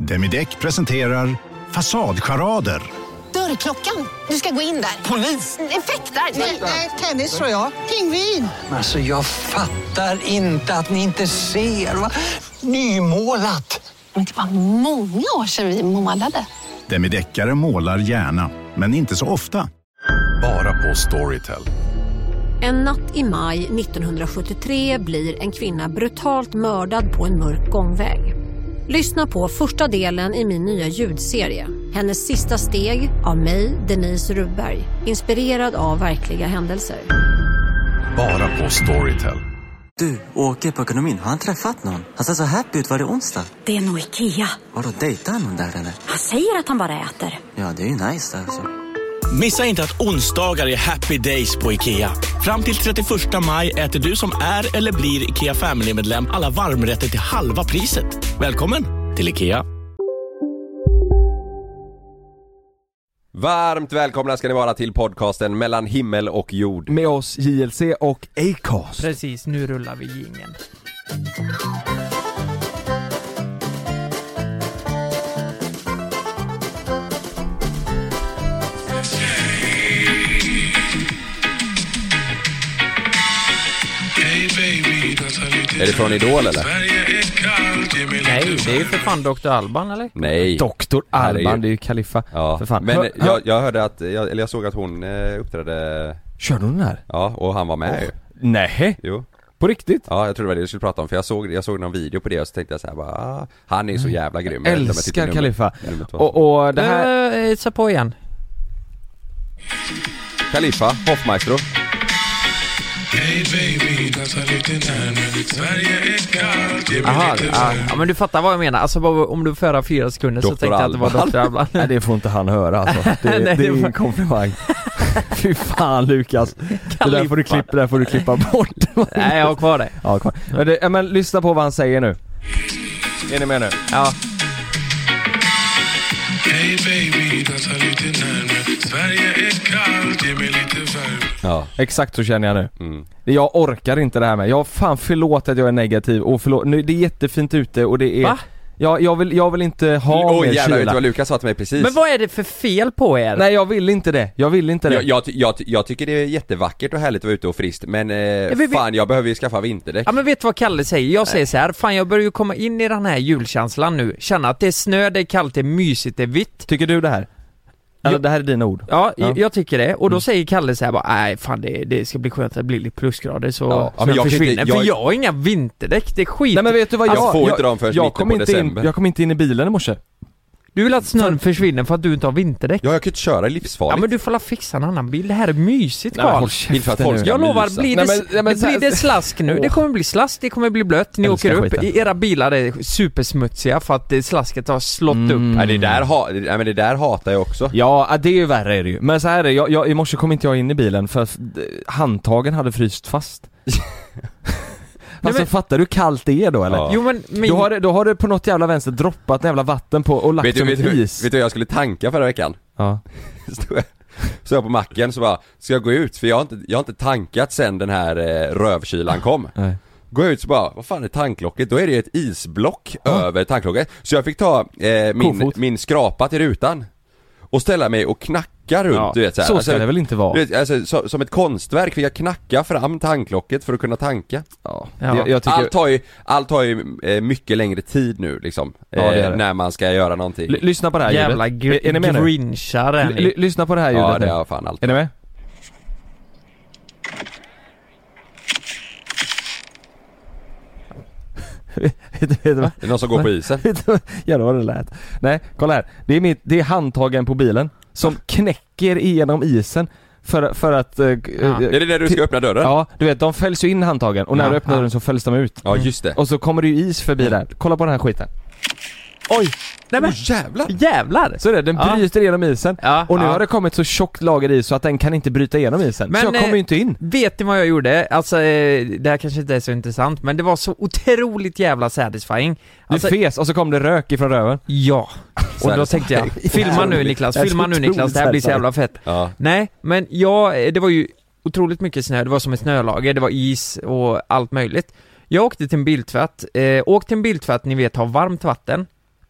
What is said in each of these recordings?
Demideck presenterar Fasadcharader. Dörrklockan. Du ska gå in där. Polis? Effektar? Nej, tennis tror jag. Pingvin. Alltså jag fattar inte att ni inte ser. Va? Nymålat. Men det var många år sedan vi målade. Demideckare målar gärna, men inte så ofta. Bara på Storytel. En natt i maj 1973 blir en kvinna brutalt mördad på en mörk gångväg. Lyssna på första delen i min nya ljudserie. Hennes sista steg av mig, Denise Rubberg. Inspirerad av verkliga händelser. Bara på Storytel. Du, Åke på ekonomin, har han träffat någon? Han ser så happy ut, var det onsdag? Det är nog Ikea. Vadå, dejtar han någon där eller? Han säger att han bara äter. Ja, det är ju nice där alltså. Missa inte att onsdagar är happy days på Ikea. Fram till 31 maj äter du som är eller blir Ikea Family-medlem alla varmrätter till halva priset. Välkommen till Ikea. Varmt välkomna ska ni vara till podcasten Mellan himmel och jord. Med oss JLC och Acast. Precis, nu rullar vi jingeln. Är det från Idol eller? Nej, det är ju för fan Dr. Alban eller? Nej. Dr. Alban, det är ju Khalifa. Ja, för fan. Men jag hörde att, jag såg att hon uppträdde. Körde hon den här? Ja, och han var med ju. Nej. Jo. På riktigt? Ja, jag tror det var det jag skulle prata om. För jag såg någon video på det och så tänkte jag så här bara, han är så jävla grym. Älskar Khalifa. Och det här... Så på igen. Khalifa, Hoffmaestro. Aha, ja, men du fattar vad jag menar. Alltså om du förra 4 sekunder så tänkte jag att det var Dr. Alban. Nej, det får inte han höra alltså. Det är ingen komplimang. Fy fan Lukas. Det där får du klippa bort. Nej, jag har kvar det. Ja, kvar. Men lyssna på vad han säger nu. Är ni med nu? Ja. Hey baby, dansa lite närmare. Sverige är kallt, ge mig lite värme. Ja, exakt så känner jag nu. Jag orkar inte det här med. Förlåt att jag är negativ och förlåt. Nu, det är jättefint ute och det är... Va? Jag vill inte ha mer jävlar, kyla. vet du vad Lukas sa till mig precis? Men vad är det för fel på er? Nej, jag vill inte det. Jag tycker det är jättevackert och härligt att vara ute och friskt. Men fan, jag behöver ju skaffa vinterdäck. Ja, men vet du vad Kalle säger? Jag säger så här, fan jag börjar ju komma in i den här julkänslan nu. Känna att det är snö, det är kallt, det är mysigt, det är vitt. Tycker du det här? Eller det här är dina ord? Ja, jag tycker det. Och då säger Kalle så här bara, nej fan det ska bli skönt att det blir lite plusgrader så men jag försvinner. För jag har inga vinterdäck, det är skit. Nej men vet du vad jag får inte dem först mitten på december. Jag kom inte in i bilen i morse. Du vill att snön försvinner för att du inte har vinterdäck? Ja, jag kan inte köra livsfarligt. Ja, men du får fixa en annan bil. Det här är mysigt, Carl. Jag lovar, blir det slask nu. Det kommer bli slask, det kommer bli blött. Ni åker upp, era bilar är supersmutsiga för att slasket har slått upp. Nej, det där hatar jag också. Ja, det är ju värre är det ju. Men så här är jag i morse kom inte jag in i bilen för att handtagen hade fryst fast. Alltså fattar du kallt det är då eller? Ja. Jo, men då har det på något jävla vänster droppat en jävla vatten på och lagt som ett is. Vet du jag skulle tanka förra veckan? Ja. Så jag på macken så bara, ska jag gå ut? För jag har inte tankat sen den här rövkylan kom. Nej. Gå ut så bara, vad fan är tanklocket? Då är det ett isblock över tanklocket. Så jag fick ta min skrapa till rutan och ställa mig och knacka runt, du vet så här. Så ska det väl inte vara. Du vet, alltså, som ett konstverk fick jag knacka fram tanklocket för att kunna tanka. Ja. Jag tycker... Allt har ju mycket längre tid nu liksom, när man ska göra någonting. Lyssna på det här jävla ljudet. Är ni med nu? Grinchar lyssna på det här ljudet. Ja, det har fan allt. Är ni med? Det är någon som går på isen. Jävlar vad det lät. Nej, kolla här. Det är handtagen på bilen som knäcker igenom isen för att... Det är det när du ska öppna dörren? Ja, du vet, de fälls ju in handtagen och när du öppnar dörren så fälls de ut. Ja, just det. Och så kommer det ju is förbi där. Kolla på den här skiten. Oj! Nej, men jävlar! Så den bryter igenom isen. Och nu har det kommit så tjockt lager is så att den kan inte bryta igenom isen. Men, så jag kommer ju inte in. Vet ni vad jag gjorde? Alltså, det här kanske inte är så intressant, men det var så otroligt jävla satisfying. Alltså, det fes och så kom det rök ifrån röven. Ja. Och då tänkte jag, filma nu Niklas, det här blir så jävla fett. Ja. Nej, men det var ju otroligt mycket snö. Det var som ett snölager, det var is och allt möjligt. Jag åkte till en biltvätt. Åk till en biltvätt, ni vet, har varmt vatten.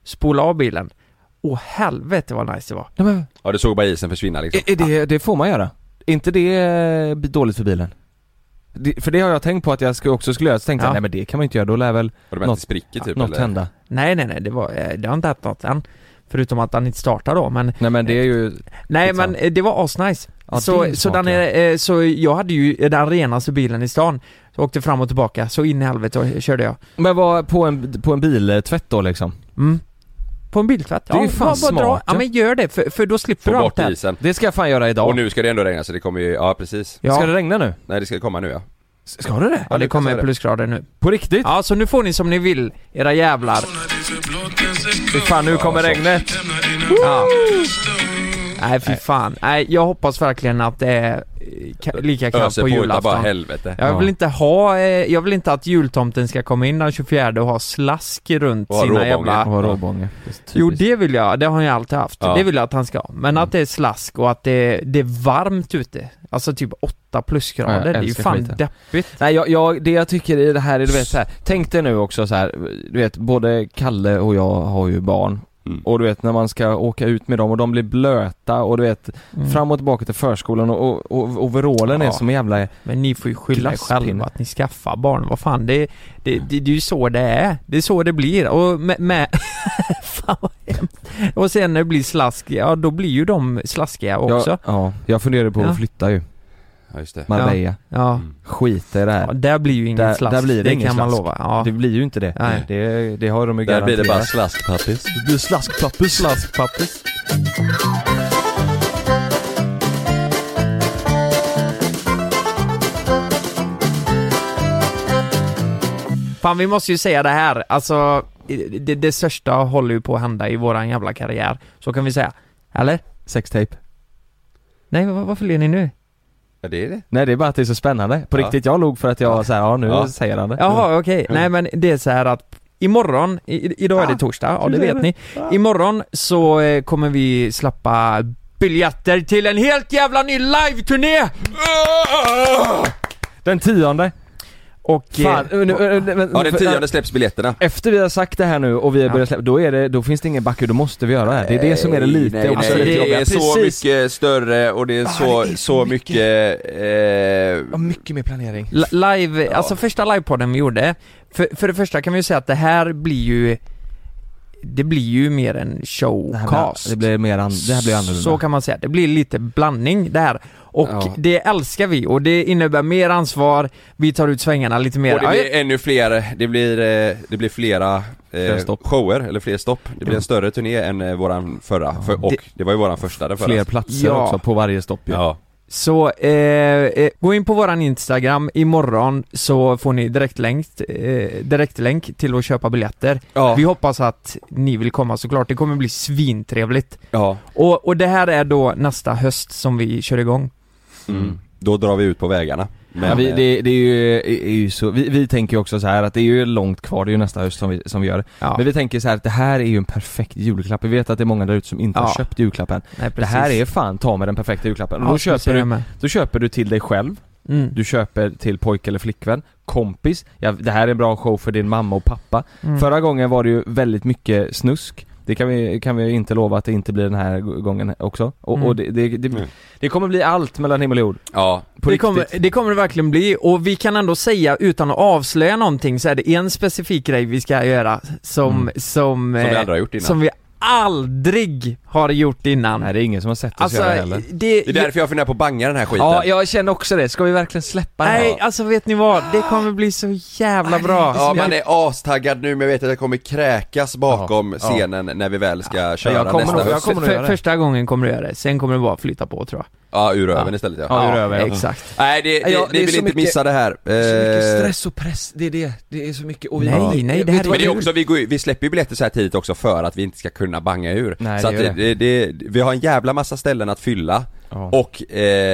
spola av bilen. Åh helvete vad nice det var. Ja, du såg bara isen försvinna liksom. Det får man göra. Inte det dåligt för bilen? För det har jag tänkt på att jag skulle göra. Så tänkte jag, nej men det kan man inte göra. Då lär väl något hända. Nej, det har inte hänt något än. Förutom att han inte startar då, men... Nej men det är ju... Nej men det var asnice. Ja, så jag hade ju den renaste bilen i stan. Så åkte fram och tillbaka, så in i helvete och körde jag. Men var på en biltvätt då liksom? På en biltvätt? Det är ju fan smart. Ja men gör det, för då slipper du allt isen. Det ska jag fan göra idag. Och nu ska det ändå regna så det kommer ju, ja precis. Ja. Ska det regna nu? Nej, det ska komma nu, ja. Ska det? Ja, det kommer plusgrader nu. På riktigt? Ja, så nu får ni som ni vill, era jävlar. Fy fan, nu kommer regnet. Ja. Nej, fy fan. Nej, jag hoppas verkligen att det är lika kallt på julafton. Bara helvete. Jag vill inte att jultomten ska komma in den 24 och ha slask runt och sina jävla... råbånge. Jo, det vill jag. Det har jag alltid haft. Ja. Det vill jag att han ska. Men att det är slask och att det är varmt ute. Alltså typ 8 plusgrader. Ja, det är ju fan deppigt. Nej, det jag tycker i det här är, du vet så här, tänk dig nu också så här, du vet, både Kalle och jag har ju barn. Och du vet när man ska åka ut med dem och de blir blöta och du vet fram och tillbaka till förskolan och overallen är som en jävla... Men ni får ju skylla er själva att ni skaffar barn. Vad fan, det är ju så det är. Det är så det blir. Och med fan vad hemskt. Och sen när det blir slask, ja då blir ju de slaskiga också. Ja, jag funderar på att flytta ju. Ja, just det. Marbella. Ja. Skit i det här. Ja, där blir ju ingen slask. Där blir det ingen kan slask. Man lova. Ja. Det blir ju inte det. Nej. Det har de ju garanterat. Där blir det bara slaskpappis. Det blir slaskpappis. Fan, vi måste ju säga det här. Alltså, det största håller ju på att hända i våran jävla karriär. Så kan vi säga. Eller? Sextape. Nej, varför ler ni nu? Ja, det är det. Nej, det är bara att det är så spännande. På riktigt, jag log för att jag så här, nu säger han det. Jaha, okej. Nej, men det är så här att imorgon, idag är det torsdag, ja det vet ni. Imorgon så kommer vi släppa biljetter till en helt jävla ny live-turné! Den 10:e. Och den 10:e släpps biljetterna. Efter vi har sagt det här nu och vi har börjat släppa, då finns det ingen backe, då måste vi göra det här. Det är det som är det lite. Nej, det är så mycket större och det är så mycket mycket mer planering. Live, alltså första livepodden vi gjorde. För det första kan vi ju säga att det här blir ju mer en showcast. Det här blir annorlunda. Så kan man säga. Det blir lite blandning där. Och det älskar vi. Och det innebär mer ansvar. Vi tar ut svängarna lite mer. Och det blir ännu fler. Det blir flera shower eller fler stopp. Det blir en större turné än våran förra. Det var ju våran första. Den förra. Fler platser också på varje stopp. Ja. Så gå in på våran Instagram imorgon så får ni direktlänk till att köpa biljetter. Ja. Vi hoppas att ni vill komma såklart. Det kommer bli svintrevligt. Ja. Och det här är då nästa höst som vi kör igång. Då drar vi ut på vägarna. Men det är ju så, vi tänker ju också så här att det är ju långt kvar, det är ju nästa höst som vi gör. Ja. Men vi tänker så här att det här är ju en perfekt julklapp. Vi vet att det är många där ute som inte har köpt julklappen. Nej, det här är fan, ta med den perfekta julklappen. Och då köper du till dig själv. Du köper till pojk eller flickvän, kompis. Det här är en bra show för din mamma och pappa. Förra gången var det ju väldigt mycket snusk. Det kan vi inte lova att det inte blir den här gången också. Och det kommer bli allt mellan himmel och jord. Ja, det kommer det verkligen bli. Och vi kan ändå säga utan att avslöja någonting så är det en specifik grej vi ska göra som vi aldrig har gjort innan. Som vi aldrig har gjort innan. Nej, det är ingen som har sett oss göra heller. Det är därför jag funderar på att banga den här skiten. Ja, jag känner också det. Ska vi verkligen släppa det? Nej, alltså vet ni vad? Det kommer bli så jävla bra. Ja, man är astaggad nu, men jag vet att jag kommer kräkas bakom scenen när vi väl ska köra nästa höst. Första gången kommer du göra det. Sen kommer det bara flytta på, tror jag. Ja, ur öven istället. Ja, ur öven. Exakt. Nej, ni vill inte missa det här. Det är så mycket stress och press. Det är så mycket. Och nej, det här är men det är också, vi släpper ju biljetter så här tidigt också för att vi inte ska kunna banga ur. Nej, så att vi har en jävla massa ställen att fylla. Och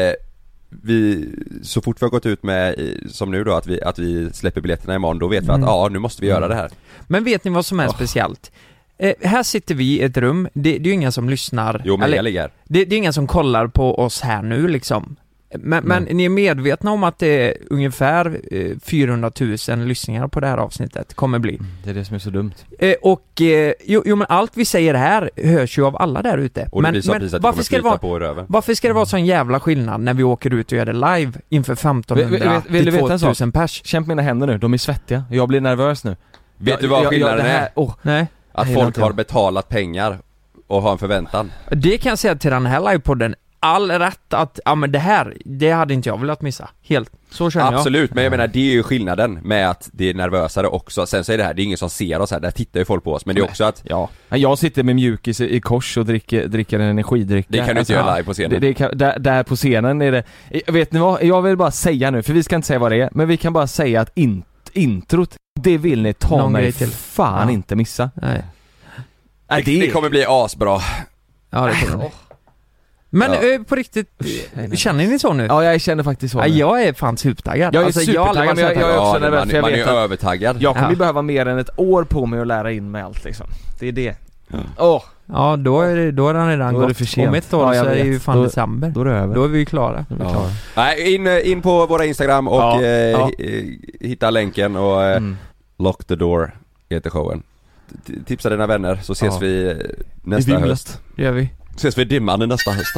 vi, så fort vi har gått ut med som nu då att vi släpper biljetterna imorgon, då vet vi att nu måste vi göra det här. Men vet ni vad som är speciellt? Här sitter vi i ett rum. Det är ju ingen som lyssnar. Jo, men jag ligger. Det är ingen som kollar på oss här nu liksom. Men ni är medvetna om att det är ungefär 400 000 lyssningar på det här avsnittet kommer bli. Det är det som är så dumt. Men allt vi säger här hörs ju av alla där ute. Och men varför ska det vara sån jävla skillnad när vi åker ut och gör det live inför 1500 till 2000 pers? Känn mina händer nu, de är svettiga. Jag blir nervös nu. Vet du vad skillnaden är? Nej. Att folk har betalat pengar och har en förväntan. Det kan jag säga till den här livepodden. All rätt att, men det hade inte jag velat missa. Helt, så känner jag. Absolut, men jag menar det är ju skillnaden med att det är nervösare också. Sen så är det här, det är ingen som ser oss här, där tittar ju folk på oss. Men det är också att... Ja, jag sitter med mjukis i kors och dricker en energidryck. Det kan du inte göra live på scenen. Där på scenen är det... Vet ni vad, jag vill bara säga nu, för vi ska inte säga vad det är, men vi kan bara säga att introt, det vill ni ta mig till fan inte missa. Nej. Det kommer bli asbra. Ja, det kommer det. Men på riktigt, känner ni så nu? Ja, jag känner faktiskt så. Jag är fan supertaggad. Jag är supertaggad, men jag är också nervös. Man är övertaggad. Jag kommer behöva mer än ett år på mig att lära in mig allt liksom. Det är det. Ja, då är den redan gått. För sent. Om ett år så är det ju fan december. Då är det över. Då är vi klara. Nej, in på våra Instagram och hitta länken och Lock the Door heter showen. Tipsa dina vänner så ses vi nästa höst. Det gör vi. Ses vi i dimman nästa höst.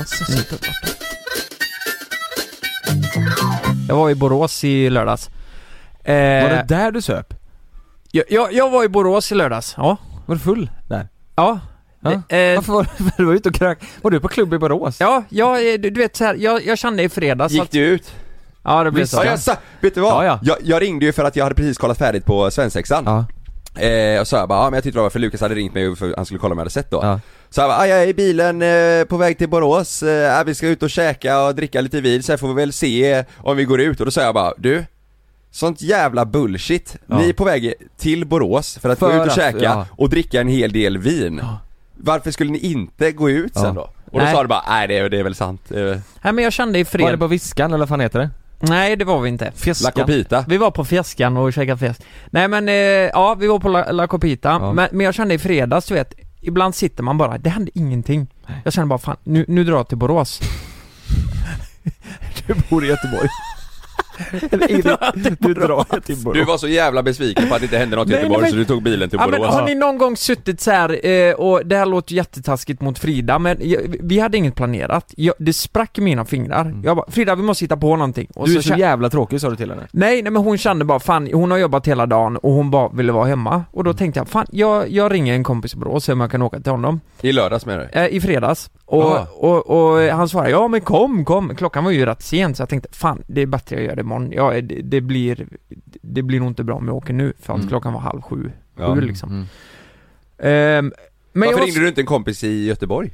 Jag var i Borås i lördags. Var det där du söp? Jag var i Borås i lördags, ja. Var du full där? Ja. Varför var du ute och krök? Var du på klubb i Borås? Ja, du vet så här, jag kände i fredags. Gick du ut? Ja, det blev så. Vet du vad? Jag ringde ju för att jag hade precis kollat färdigt på svensexan. Ja. Och så jag bara, men jag tyckte det var för Lukas hade ringt mig för han skulle kolla om jag hade sett då. Ja. Så jag bara, jag är i bilen på väg till Borås, vi ska ut och käka och dricka lite vin, så får vi väl se om vi går ut. Och då sa jag bara, du, sånt jävla bullshit. Ni är på väg till Borås för att gå ut och käka och dricka en hel del vin. Varför skulle ni inte gå ut sen då? Och då sa du bara, nej det är väl sant. Nej, men jag kände i fredag. Var det på Viskan eller vad fan heter det? Nej, det var vi inte. La Copita. Vi var på Fjäskan och käkade fisk. Nej men, vi var på La Copita. Ja. Men jag kände i fredags, du vet, ibland sitter man bara, det hände ingenting. Jag kände bara, fan, nu drar jag till Borås. Du bor i Göteborg. Du drar till Borås. Du var så jävla besviken på att det inte hände något i Göteborg så du tog bilen till Borås. Men har ni någon gång suttit så här och det här låter jättetaskigt mot Frida, men vi hade inget planerat. Det sprack i mina fingrar. Jag bara, Frida, vi måste hitta på någonting. Och du är så jävla tråkig, sa du till henne. Nej, men hon kände bara, fan, hon har jobbat hela dagen och hon bara ville vara hemma. Och då tänkte jag, fan, jag ringer en kompis i Borås så jag kan åka till honom. I lördags med dig? I fredags. Och han svarade, ja men kom. Klockan var ju rätt sen så jag tänkte, fan, det är bättre jag gör det imorgon. Ja, det blir nog inte bra om jag åker nu för att klockan var 6:30 liksom. Men varför ringde du inte en kompis i Göteborg?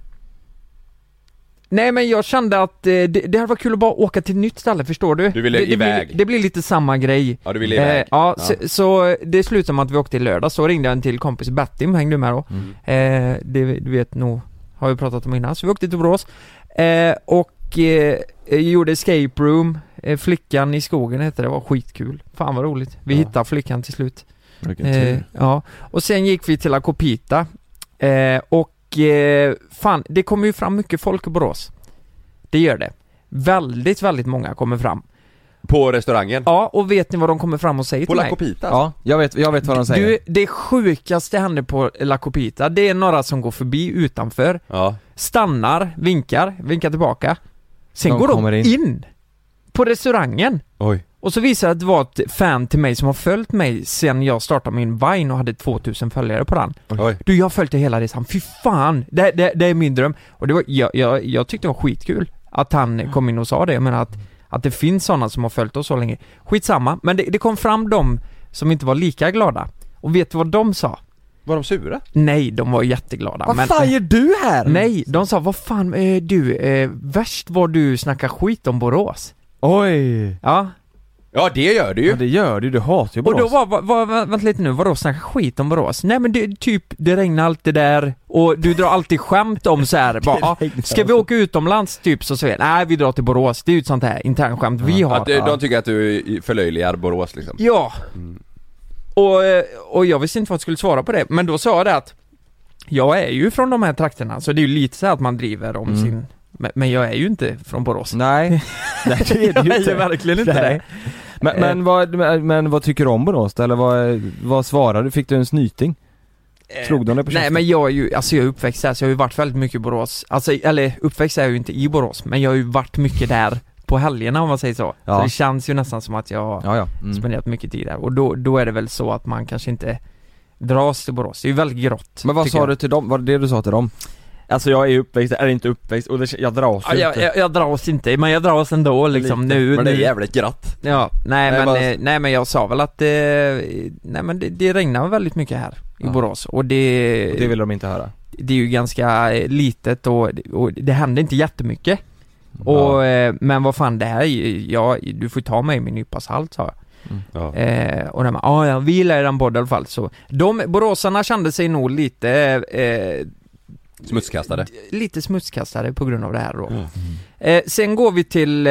Nej, men jag kände att det hade varit kul att bara åka till ett nytt ställe, förstår du? Du ville iväg. Det blir lite samma grej. Ja, du ville iväg. Så det slutade med att vi åkte i lördag. Så ringde jag en till kompis, Bettim, hängde du med då? Du vet nog, har vi pratat om innan. Så vi åkte till Borås och gjorde escape room. Flickan i skogen hette det, var skitkul. Fan vad roligt. Vi hittade flickan till slut. Och sen gick vi till La Copita och fan, det kommer ju fram mycket folk i Borås. Det gör det. Väldigt, väldigt många kommer fram. På restaurangen? Ja, och vet ni vad de kommer fram och säger på till La mig? Copita? Ja, jag vet vad de säger. Du, det sjukaste händer på La Copita, det är några som går förbi utanför, stannar, vinkar tillbaka. Sen går de in på restaurangen. Oj. Och så visar det att det var ett fan till mig som har följt mig sen jag startade min Vine och hade 2000 följare på den. Oj. Du, jag följde hela resan. Fy fan, det är min dröm. Och det var, jag tyckte det var skitkul att han kom in och sa det. Jag menar att det finns sådana som har följt oss så länge. Skitsamma, men det kom fram de som inte var lika glada. Och vet du vad de sa? Var de sura? Nej, de var jätteglada. Vad fan gör du här? Nej, de sa, vad fan, värst var du snackar skit om Borås. Oj. Ja, det gör du ju. Ja, det gör du hatar ju Borås. Och då vänta lite nu, vadå snacka skit om Borås? Nej, men det regnar alltid där. Och du drar alltid skämt om så här. Bara, ska vi åka utomlands typ så säger nej, vi drar till Borås. Det är ju ett sånt här internskämt vi har. De tycker att du förlöjligar Borås liksom. Ja. Och jag visste inte vad jag skulle svara på det. Men då sa jag det att jag är ju från de här trakterna. Så det är ju lite så här att man driver om Men jag är ju inte från Borås. Nej, det är du jag inte. är verkligen inte det. Men vad tycker du om Borås då? Eller vad svarade du? Fick du en snyting? Slog de det på käften? Nej, men jag är uppväxt här, så jag har ju varit väldigt mycket i Borås. Alltså, eller uppväxt är jag ju inte i Borås, men jag har ju varit mycket där på helgerna, om man säger så. Ja. Så det känns ju nästan som att jag har spenderat mycket tid där. Och då är det väl så att man kanske inte dras till Borås. Det är ju väldigt grått. Men vad sa du till dem? Vad det du sa till dem? Alltså jag är uppväxt, är inte uppväxt och jag dras inte. Jag dras inte, men jag dras ändå liksom nu. Men det är jävligt grått. Ja, nej men jag sa väl att nej men det regnar väldigt mycket här i Borås och det vill de inte höra. Det är ju ganska litet och det händer inte jättemycket. Men vad fan det här, du får ta mig med en nypa salt, sa jag. Och de jag vill i den podden i alla fall. Så boråsarna kände sig nog lite smutskastade. Lite smutskastade på grund av det här då. Sen går vi till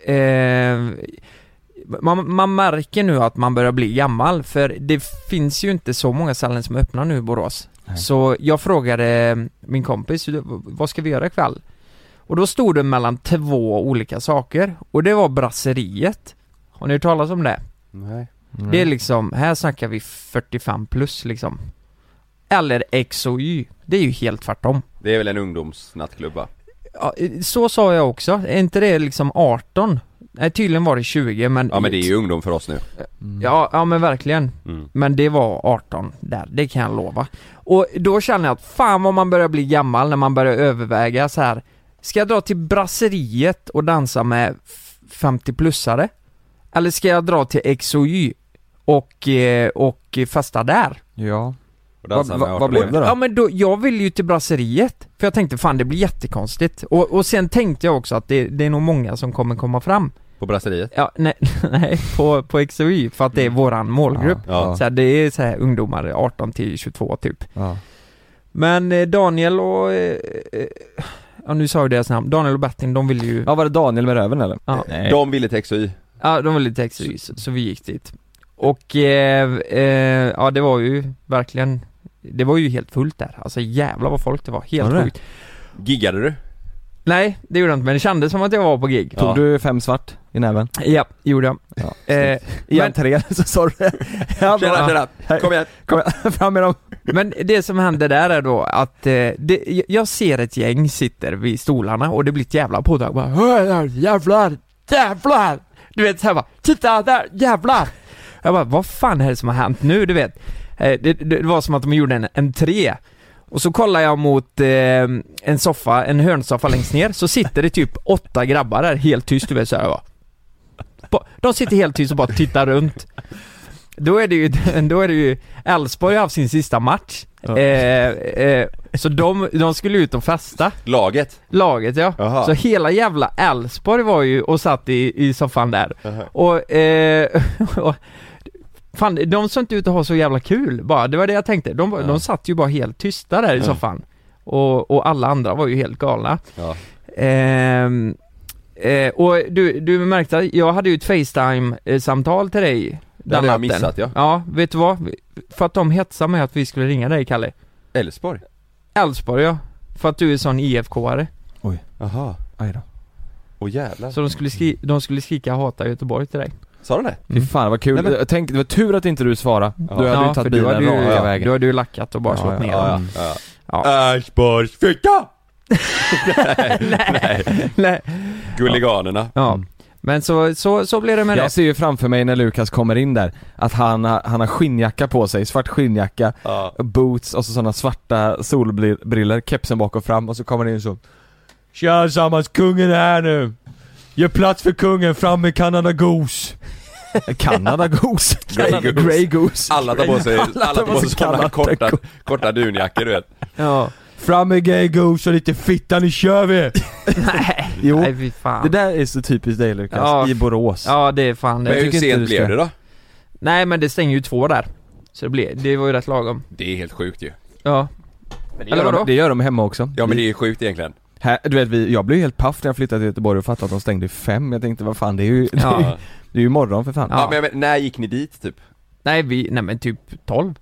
man märker nu att man börjar bli gammal, för det finns ju inte så många ställen som öppnar nu i Borås. Så jag frågade min kompis, vad ska vi göra ikväll? Och då stod det mellan 2 olika saker. Och det var brasseriet. Har ni hört talas om det? Nej. Det är liksom, här snackar vi 45 plus liksom. Eller X och Y. Det är ju helt tvärtom. Det är väl en ungdomsnattklubb, va? Ja, så sa jag också. Är inte det liksom 18? Nej, tydligen var det 20, men... Ja, men det är ju ungdom för oss nu. Ja men verkligen. Men det var 18 där, det kan jag lova. Och då känner jag att fan vad man börjar bli gammal när man börjar överväga så här. Ska jag dra till brasseriet och dansa med 50-plussare? Eller ska jag dra till X och Y och festa där? Ja. Vad blev det då? Ja, men då, jag vill ju till brasseriet. För jag tänkte, fan det blir jättekonstigt. Och sen tänkte jag också att det är nog många som kommer komma fram. På brasseriet? Ja, nej på X och Y, för att det är våran målgrupp. Ja. Så här, det är så här ungdomar 18 till 22 typ. Ja. Men Daniel och... ja, nu sa jag deras namn. Daniel och Bettin, de ville ju... Ja, var det Daniel med röven eller? Ja. Nej. De ville till X och Y. Ja, de ville till X och Y, så vi gick dit. Och ja, det var ju verkligen... Det var ju helt fullt där. Alltså jävlar vad folk det var. Helt sjukt. Giggade du? Nej, det gjorde jag inte, men det kändes som att jag var på gig. Tog du 5 svart i näven? Ja, gjorde jag. Ja, i entré så sa du det. Tjena. Kom igen. Fram med dem. Men det som hände där är då att jag ser ett gäng sitter vid stolarna och det blir ett jävla påtag. Bara, jävlar. Du vet, så här bara, titta där, jävlar. Jag bara, vad fan är det som har hänt nu, du vet? Det var som att de gjorde en entré. Och så kollar jag mot en hörnsoffa längst ner. Så sitter det typ 8 grabbar där helt tyst, du vet, så här, va. De sitter helt tyst och bara tittar runt. Då är det ju Elfsborg har haft sin sista match. Så de skulle ut och festa. Laget, ja. Aha. Så hela jävla Elfsborg var ju och satt i soffan där. Och fan, de såg inte ut att ha så jävla kul. Bara, det var det jag tänkte. De satt ju bara helt tysta där i soffan. Och alla andra var ju helt galna. Ja. Och du märkte att jag hade ju ett FaceTime-samtal till dig. Det hade jag missat, ja. Ja, vet du vad? För att de hetsade med att vi skulle ringa dig, Kalle. Elfsborg, ja. För att du är sån IFK-are. Oj. Aha. Aj då. Åh jävlar. Så de skulle skrika hata Göteborg till dig. Sa de det? Fy fan, vad kul. Jag tänkte, det var tur att inte du svarade. Du hade ju tagit bilen raka vägen. Du hade ju lackat och bara slått ner dem. Elfsborgs ficka! Nej. Gulliganerna. Ja. Men så blir det med det. Jag ser ju framför mig när Lukas kommer in där att han har skinnjacka på sig, svart skinnjacka, boots och så sådana svarta solbriller, kepsen bak och fram, och så kommer det in så: tja sammans, kungen är här nu. Gör plats för kungen, fram med Canada Goose. Canada Goose. Grey Goose. Alla tar på sig sådana korta dunjackor, du vet. Ja. Fram med Gay Goose och lite fitta, nu kör vi. Nej, jo, nej, fy fan. Det där är så typiskt dig, Lukas, i Borås. Ja, det är fan det. Men hur sent blev det då? Nej, men det stänger ju 2 där. Så det var ju rätt lagom. Det är helt sjukt ju. Ja. Men det gör de hemma också. Ja, men det är sjukt egentligen. Här, du vet, jag blev helt paff när jag flyttade till Göteborg och fattade att de stängde 5. Jag tänkte, vad fan, det är ju morgon för fan. Ja, men när gick ni dit typ? Nej, men typ 12.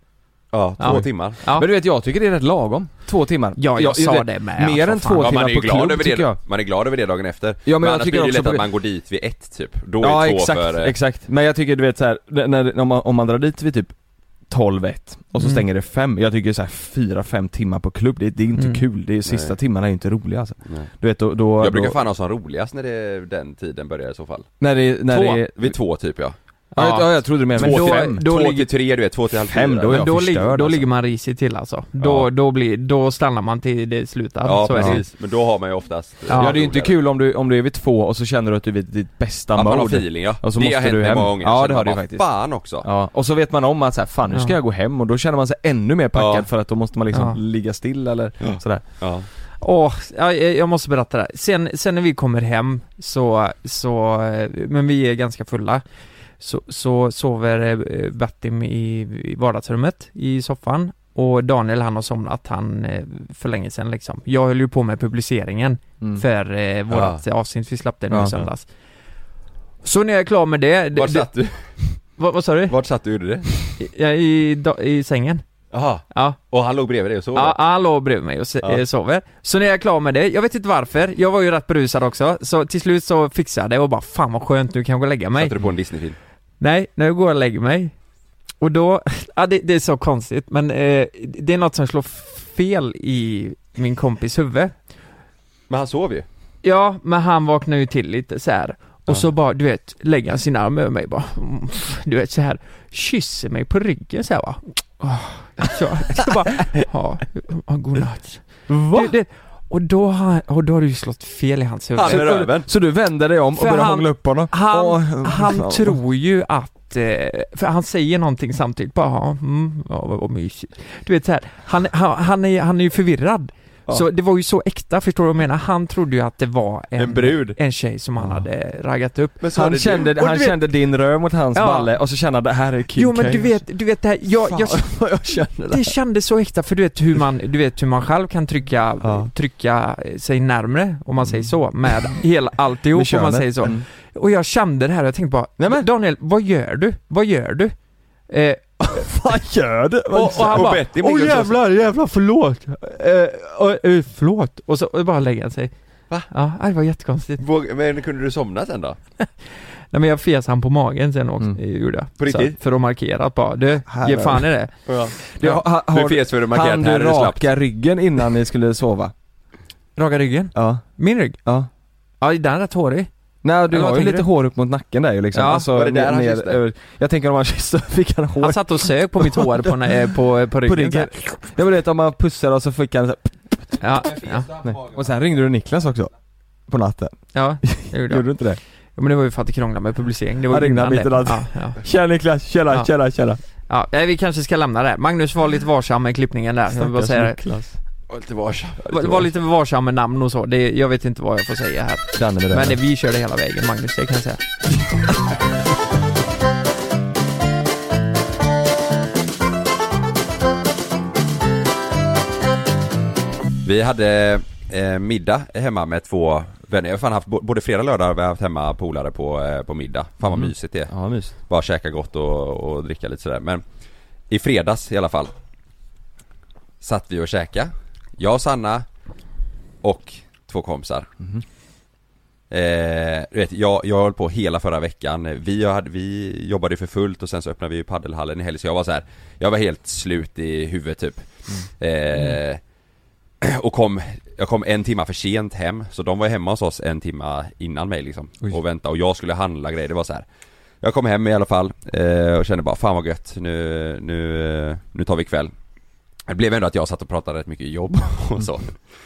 Ja, 2 timmar. Ja. Men du vet, jag tycker det är rätt lagom. 2 timmar. Ja, jag sa det med. Mer än 2 timmar man är på glad klubb, över tycker det. jag. Man är glad över det dagen efter. Ja, men annars jag tycker blir det också lätt att man går dit vid 1 typ. Då är ja, 2 exakt, för... exakt. Men jag tycker, du vet så här, om man drar dit vid typ 12-1 och så stänger det 5. Jag tycker så här 4-5 timmar på klubb, det är inte kul. Det är sista timmarna är inte roliga alltså. Du vet, då jag brukar fan ha som roligast när det den tiden börjar i så fall. När det är vid 2 typ, ja. Ja, jag trodde du menade 2-3, du vet, 2-5. Då ligger man risigt till alltså. Då stannar man till det slutar. Ja, så precis. Men då har man ju oftast... Ja, det är ju inte kul om du är vid 2 och så känner du att du vet ditt bästa mode. Man har feeling, ja. Och så det måste har hänt du hem. många gånger. Ja, det har det faktiskt. Fan också. Ja, och så vet man om att så här, fan nu ska jag gå hem, och då känner man sig ännu mer packad för att då måste man liksom ligga still eller sådär. Ja. Jag måste berätta det. Sen när vi kommer hem så men vi är ganska fulla. Så sover Bertim i vardagsrummet i soffan, och Daniel han har somnat för länge sedan liksom. Jag höll ju på med publiceringen för vårat avsnitt vi släppte nu i söndags. Så när jag är klar med det... Vart satt du? Vad sa du? Vart satt du gjorde det? I sängen. Jaha. Ja. Och han låg bredvid dig och sov? Ja, han låg bredvid mig och sover. Så när jag är klar med det, jag vet inte varför, jag var ju rätt berusad också, så till slut så fixade jag det och bara, fan vad skönt, nu kan jag gå och lägga mig. Satte du på en Disney-film? Nej, när jag går och lägger mig. Och då, det är så konstigt, men det är något som slår fel i min kompis huvud. Men han sov ju. Ja, men han vaknar ju till lite så här. Och så bara, du vet, lägger han sin arm över mig bara, du vet så här, kysser mig på ryggen så här va. Så bara, godnatt. Va? Och då har du ju slått fel i hans huvud. Så du vänder dig om och börjar hångla upp honom? Han tror ju att för han säger någonting samtidigt bara, vad mysigt. Du vet så här, han är ju förvirrad. Så det var ju så äkta, förstår du vad jag menar? Han trodde ju att det var en brud, en tjej som han hade raggat upp. Men han kände din rör mot hans balle, och så kände det här är Kim. Jo, men du vet det här, jag känner det kändes så äkta, för du vet hur man själv kan trycka sig närmare, om man säger så, med hela alltihop, om man säger så. Och jag kände det här och jag tänkte bara, nej men Daniel, vad gör du? Vad gör du? Och han bara, jävlar, förlåt. Och så bara lägger han sig. Va? Ja, det var jättekonstigt. Men kunde du somna sen då? Nej, men jag fes han på magen sen också, gjorde jag. På riktigt? För att markera att bara, ge fan i det. Ja. Du fes för att markera att här är det slappt. Raka ryggen innan ni skulle sova? Raka ryggen? Ja. Min rygg? Ja. Ja, den är rätt hårig. Nej, du har ju lite hår upp mot nacken där ju liksom. Ja, alltså, var det där han kysste? Jag tänker om han kysste, fick han hår. Han satt och sög på mitt hår på ryggen. På ryggen. Jag vet, om man pussar och så fick han så ja. Och sen ringde du Niklas också på natten. Ja, jag gjorde du inte det? Ja, men det var ju för att det krånglade med publicering. Det var ringde mitt i natten. Tjena Niklas, tjena. Ja, vi kanske ska lämna det. Magnus var lite varsam med klippningen där. Jag vill bara säga Niklas. Var lite varsam med namn och så. Jag vet inte vad jag får säga här. Men vi körde hela vägen, Magnus, det kan jag säga. Vi hade middag hemma med 2 vänner. Jag har fan haft både fredag och lördag vi har haft hemma polare på middag. Fan vad mysigt det är. Ja, mysigt. Bara käka gott och dricka lite sådär. Men i fredags i alla fall satt vi och käka. Jag och Sanna och 2 kompisar. Jag höll på hela förra veckan. Vi jobbade för fullt och sen så öppnade vi paddelhallen i helg. Så jag var helt slut i huvudet typ. Och jag kom 1 timme för sent hem. Så de var hemma hos oss 1 timme innan mig liksom. Och vänta, och jag skulle handla grejer. Det var så här. Jag kom hem i alla fall och kände bara, fan vad gött. Nu tar vi kväll. Det blev ändå att jag satt och pratade rätt mycket jobb och så.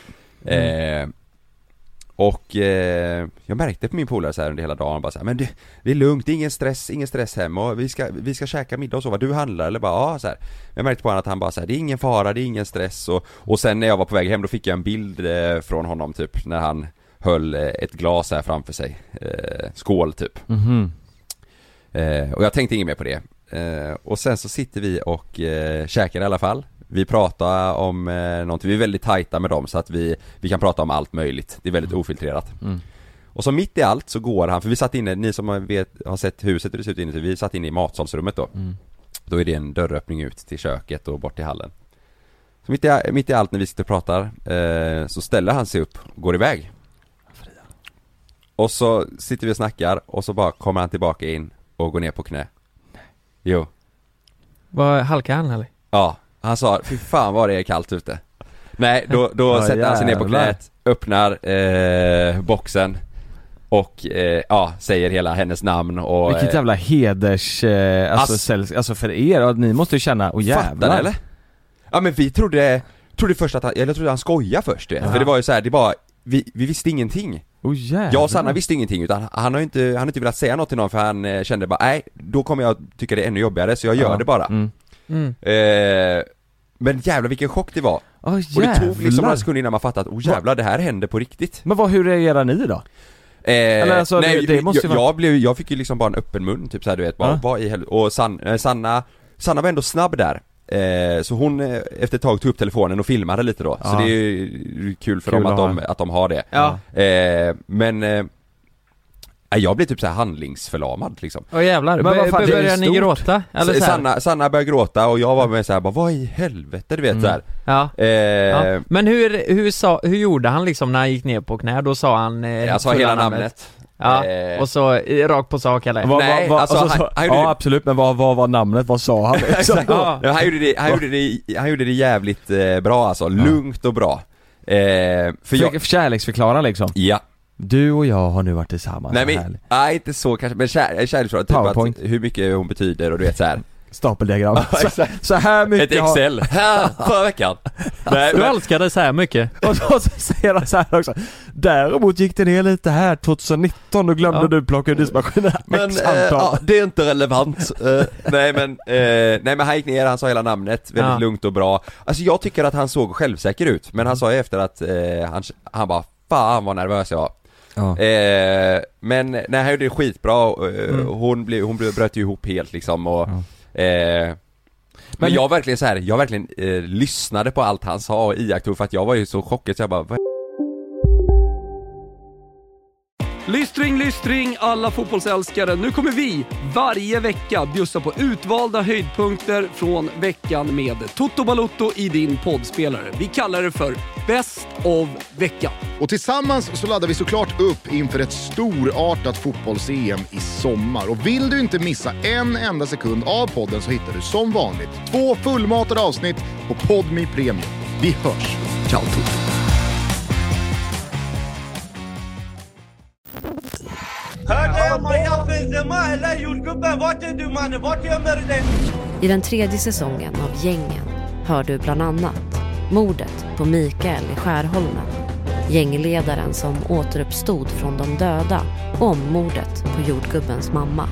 Jag märkte på min polare så här under hela dagen bara så här, men det är lugnt, det är ingen stress hem, och vi ska käka middag och så. Du handlar eller bara så här. Jag märkte på honom att han bara så här, det är ingen fara, det är ingen stress, och sen när jag var på väg hem då fick jag en bild från honom typ när han höll ett glas här framför sig. Skål typ. Och jag tänkte inget mer på det. Och sen så sitter vi och käkar i alla fall. Vi pratar om någonting. Vi är väldigt tajta med dem så att vi kan prata om allt möjligt. Det är väldigt ofiltrerat. Och så mitt i allt så går han, för vi satt inne, ni som har sett huset hur det ser ut inne, vi satt inne i matsalsrummet då. Då är det en dörröppning ut till köket och bort till hallen. Så mitt i allt när vi sitter och pratar så ställer han sig upp och går iväg. Och så sitter vi och snackar och så bara kommer han tillbaka in och går ner på knä. Jo. Vad halkar han eller? Ja, han sa, fy fan vad det är kallt ute. Nej, då sätter han sig ner på knät, öppnar boxen och säger hela hennes namn och... Vilket jävla heders... alltså för er, ni måste ju känna, jävlar. Fattar eller? Ja men vi trodde först att jag trodde han skojade först, vet. För det var ju så här, det bara... Vi visste ingenting. Jag och Sanna visste ingenting, utan han har inte velat säga något till någon, för han kände bara, nej, då kommer jag tycka det är ännu jobbigare, så jag gör det bara. Men jävlar vilken chock det var. Och det tog liksom några sekunder innan man fattade att jävlar, det här hände på riktigt. Men hur reagerar ni då? Eller alltså, nej, det måste jag fick ju liksom bara en öppen mun, typ såhär, du vet, vad i helvete. Och Sanna var ändå snabb där. Så hon efter ett tag tog upp telefonen och filmade lite då. Så det är ju kul för dem att de har det. Men jag blir typ så här handlingsförlamad liksom. Jävlar, börjar ni gråta? Eller Sanna började gråta och jag var med så här, bara, vad i helvete, du vet så här. Men hur gjorde han liksom när han gick ner på knä? Då sa han jag sa hela namnet. Ja, och så rakt på sak eller? Nej, absolut, men vad var namnet? Vad sa han? Exakt. Han gjorde det jävligt bra alltså, lugnt och bra. För kärleksförklara liksom. Ja. Du och jag har nu varit tillsammans. Nej, inte så kanske, men kärleksförklara typ att hur mycket hon betyder och du vet så här. Stapeldiagram. Så här mycket. Ett Excel. Förra veckan. Du älskade så här mycket. Och så säger han så här också. Däremot gick det ner lite här 2019 och glömde du plocka diskmaskinen. Men det är inte relevant. Nej men han gick ner, han sa hela namnet väldigt lugnt och bra. Alltså jag tycker att han såg självsäker ut, men han sa efter att han bara, fan vad nervös jag var. Men nej, han gjorde det skitbra. Hon bröt ju ihop helt liksom och men jag verkligen lyssnade på allt han sa och iakttog, för att jag var ju så chockad så jag bara... Lystring alla fotbollsälskare. Nu kommer vi varje vecka bjussa på utvalda höjdpunkter från veckan med Toto Balotto i din poddspelare. Vi kallar det för Best of veckan. Och tillsammans så laddar vi såklart upp inför ett storartat fotbolls-EM i sommar. Och vill du inte missa en enda sekund av podden så hittar du som vanligt 2 fullmatade avsnitt på Podme Premium. Vi hörs. Ciao Toto. I den 3:e säsongen av Gängen hör du bland annat mordet på Mikael i Skärholmen, gängledaren som återuppstod från de döda, och mordet på jordgubbens mamma.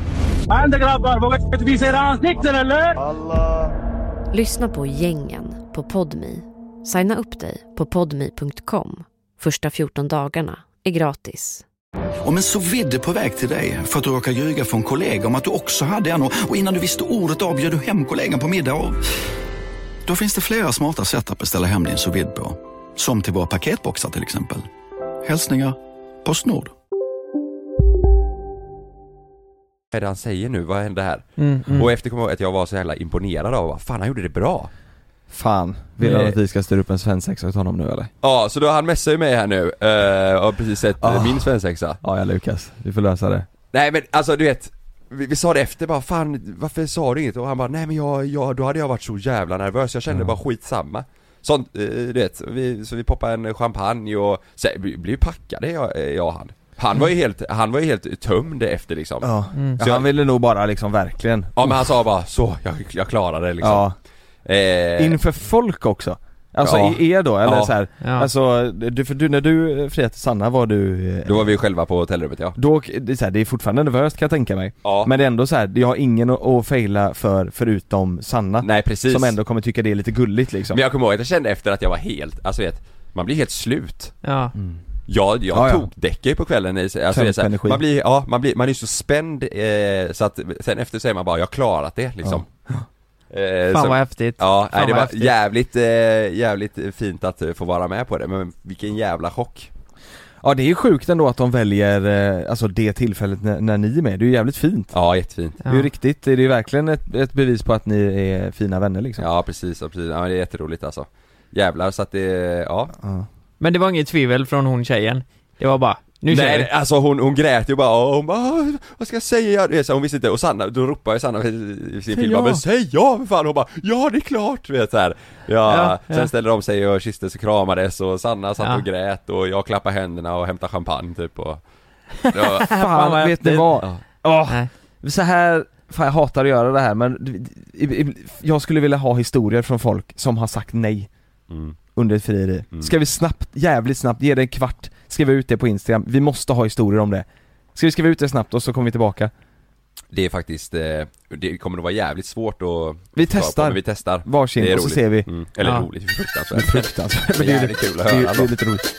Lyssna på Gängen på Podme. Signa upp dig på podme.com. Första 14 dagarna är gratis. Om en så vidde på väg till dig för att du råkar ljuga från kollega om att du också hade en, och innan du visste ordet av bjöd du hem kollegan på middag och... Då finns det flera smarta sätt att beställa hem din sous vide på. Som till våra paketboxar till exempel. Hälsningar PostNord. Vad är det han säger nu? Vad hände här? Och efter kom jag att jag var så jävla imponerad av vad fan, han gjorde det bra. Fan, vill han att vi ska styra upp en svensexa åt honom nu eller? Ja, så då han messar ju mig här nu och har precis sett min svensexa. Ja, Lukas, du får lösa det. Nej men alltså du vet, vi sa det efter bara, fan varför sa du inget? Och han bara, nej men då hade jag varit så jävla nervös, jag kände bara skitsamma. Sånt, du vet, så vi poppade en champagne och så blev ju packade jag och han. Han var ju helt tömd efter liksom. Ja. Så han ville nog bara liksom verkligen. Ja, men han sa bara så, jag klarade det liksom. Ja. Inför folk också. Alltså er då eller så här. Ja. Alltså du när du friade till Sanna var du då var vi själva på hotellrummet, ja. Då det är så här, det är fortfarande nervöst kan jag tänka mig. Ja. Men det är ändå så här, jag har ingen att faila förutom Sanna. Nej, precis. Som ändå kommer tycka det är lite gulligt liksom. Men jag kommer ihåg att jag kände efter att jag var helt, alltså vet, man blir helt slut. Ja. Jag tog däckar på kvällen alltså man är så spänd så att sen efter säger man bara, jag har klarat det liksom. Fan vad häftigt. Ja, det var jävligt fint att få vara med på det. Men vilken jävla chock. Ja, det är sjukt ändå att de väljer alltså det tillfället när ni är med. Det är ju jävligt fint. Ja, jättefint. Det är ju riktigt, det är ju verkligen ett bevis på att ni är fina vänner liksom. Ja, precis. Ja, det är jätteroligt alltså. Jävlar, så att det, ja. Men det var inget tvivel från hon tjejen. Det var bara, nej, alltså hon grät ju bara och hon bara, vad ska jag säga? Så hon visste inte, och Sanna, då ropade ju Sanna i sin film, men säg ja för fan, hon bara, ja det är klart, vet så här. Sen ställde de sig och kysstes och kramades och Sanna satt och grät och jag klappade händerna och hämtade champagne typ och fan, vet ni vad? Så här, fan, jag hatar att göra det här, men jag skulle vilja ha historier från folk som har sagt nej under ett frieri. Ska vi jävligt snabbt, ge det en kvart, skriva ut det på Instagram. Vi måste ha historier om det. Ska vi skriva ut det snabbt och så kommer vi tillbaka? Det är faktiskt, det kommer att vara jävligt svårt att vi testar varsin och så ser vi. Eller roligt, fruktansvärt. Det är jävligt kul att höra. Det är lite roligt.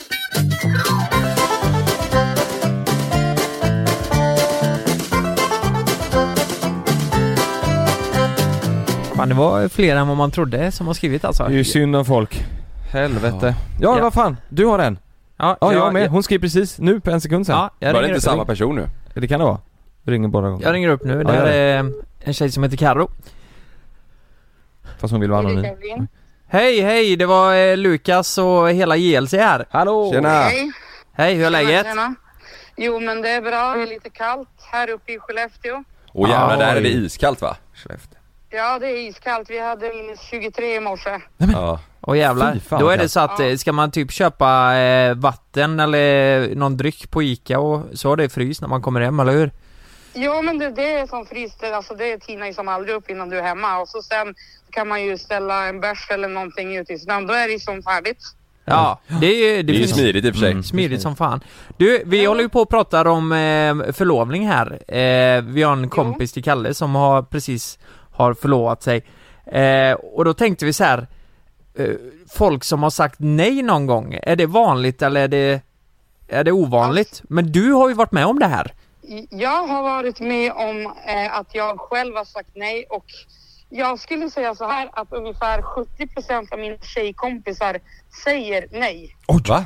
Fan, det var fler än vad man trodde som har skrivit alltså. Det är ju synd om folk. Helvete. Ja, vad fan, du har en. Ja, jag med. Hon skrev precis nu på en sekund sen. Ja, var det inte samma person nu? Det kan det vara. Det ringer båda gånger. Jag ringer upp nu. Det är en tjej som heter Karo. Fast hon vill vara anonym. Hej, det var Lukas och hela JLC här. Hallå. Tjena. Hej, hur är läget? Tjena. Jo, men det är bra. Det är lite kallt här uppe i Skellefteå. Och jävlar, där är det iskallt va? Skellefteå. Ja, det är iskallt. Vi hade minus 23 i morse. Ja. Och jävlar, då är det så att ska man typ köpa vatten eller någon dryck på Ica och så är det frys när man kommer hem, eller hur? Ja, men det är som fryser, alltså det tinar ju som aldrig upp innan du är hemma. Och så sen kan man ju ställa en bärs eller någonting ut i snön, då är det som färdigt. Ja, det är ju smidigt i och för sig. Smidigt som fan. Du, vi håller ju på att prata om förlovning här. Vi har en kompis till Kalle som har förlovat sig. Och då tänkte vi så här, folk som har sagt nej någon gång, är det vanligt eller är det ovanligt? Men du har ju varit med om det här. Jag har varit med om att jag själv har sagt nej, och jag skulle säga så här att ungefär 70% av mina tjejkompisar säger nej. Oj, va?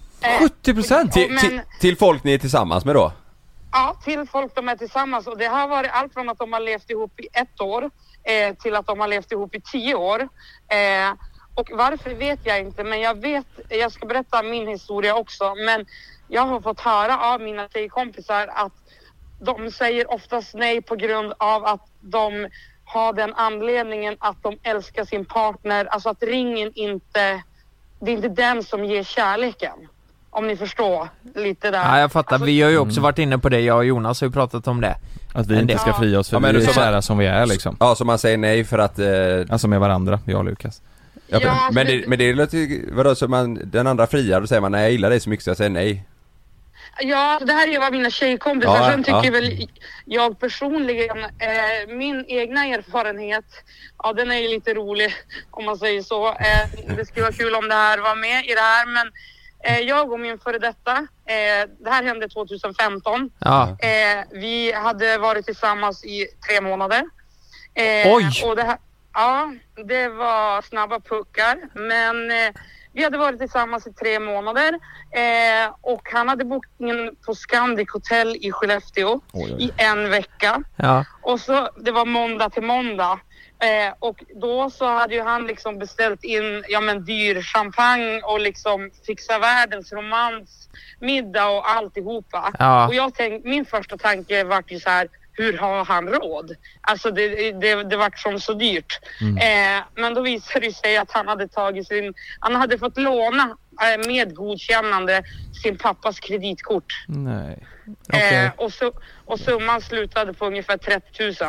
70%? Till folk ni är tillsammans med då? Ja, till folk de är tillsammans, och det har varit allt från att de har levt ihop i 1 år till att de har levt ihop i 10 år. Och varför vet jag inte, men jag ska berätta min historia också, men jag har fått höra av mina tjejkompisar att de säger oftast nej på grund av att de har den anledningen att de älskar sin partner, alltså att ringen inte, det är inte den som ger kärleken. Om ni förstår lite där. Ja, jag fattar. Alltså, vi har ju också varit inne på det, jag och Jonas har ju pratat om det. Att vi inte ska fria oss för vi är kära som vi är liksom. Ja, så man säger nej för att... Alltså med varandra, jag och Lukas. Ja, men det låter... Vadå, så den andra friar, då säger man nej, jag gillar dig så mycket så jag säger nej. Ja, det här är ju vad mina tjejkompisar. Ja, sen tycker väl jag personligen, min egna erfarenhet, ja, den är ju lite rolig om man säger så. Det skulle vara kul om det här var med i det här, men jag och min före detta, det här hände 2015. Ja. Vi hade varit tillsammans i 3 månader. Oj! Och det här, ja, det var snabba puckar, men vi hade varit tillsammans i 3 månader och han hade bokningen på Scandic Hotel i Skellefteå i 1 vecka. Ja. Och så, det var måndag till måndag. Och då så hade ju han liksom beställt in dyr champagne och liksom fixa världens romansmiddag och alltihopa. Ja. Och min första tanke var ju så här: hur har han råd? Alltså det var som så dyrt. Men då visade det sig att han hade fått låna med godkännande sin pappas kreditkort. Nej. Okay. Och summan slutade på ungefär 30 000.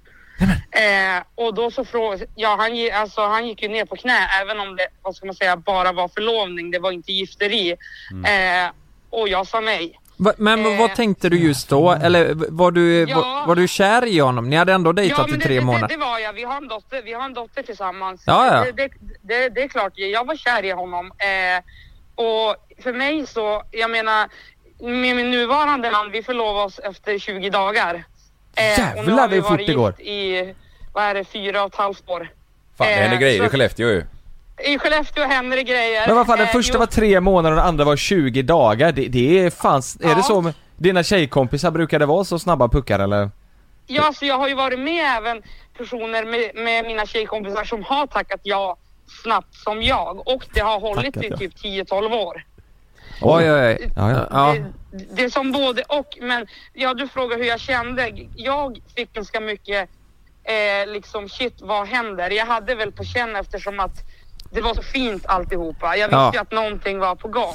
Och då så han gick ju ner på knä, även om det, vad ska man säga, bara var förlovning, det var inte gifteri. Och jag sa nej. Men vad tänkte du just då? Eller var du kär i honom? Ni hade ändå dejtat i 3 månader. Det var jag. Vi har en dotter tillsammans. Ja. Det är klart, jag var kär i honom. Och för mig så, jag menar, med min nuvarande man, vi förlovade oss efter 20 dagar. Jävlar, det är fort det går. I, 4,5 år. Fan, det händer grejer i Skellefteå ju. I Skellefteå händer det grejer. Men vad fan, den första var 3 månader och den andra var 20 dagar. Det är fanns. Är det så med dina tjejkompisar, brukar det vara så snabba puckar eller? Ja, så jag har ju varit med även personer med mina tjejkompisar som har tackat ja snabbt som jag. Och det har hållit i typ 10-12 år. Oj. Ja. Det är som både och, men du frågar hur jag kände. Jag fick ganska mycket liksom shit, vad händer? Jag hade väl på känn eftersom att det var så fint alltihopa. Jag visste ju att någonting var på gång.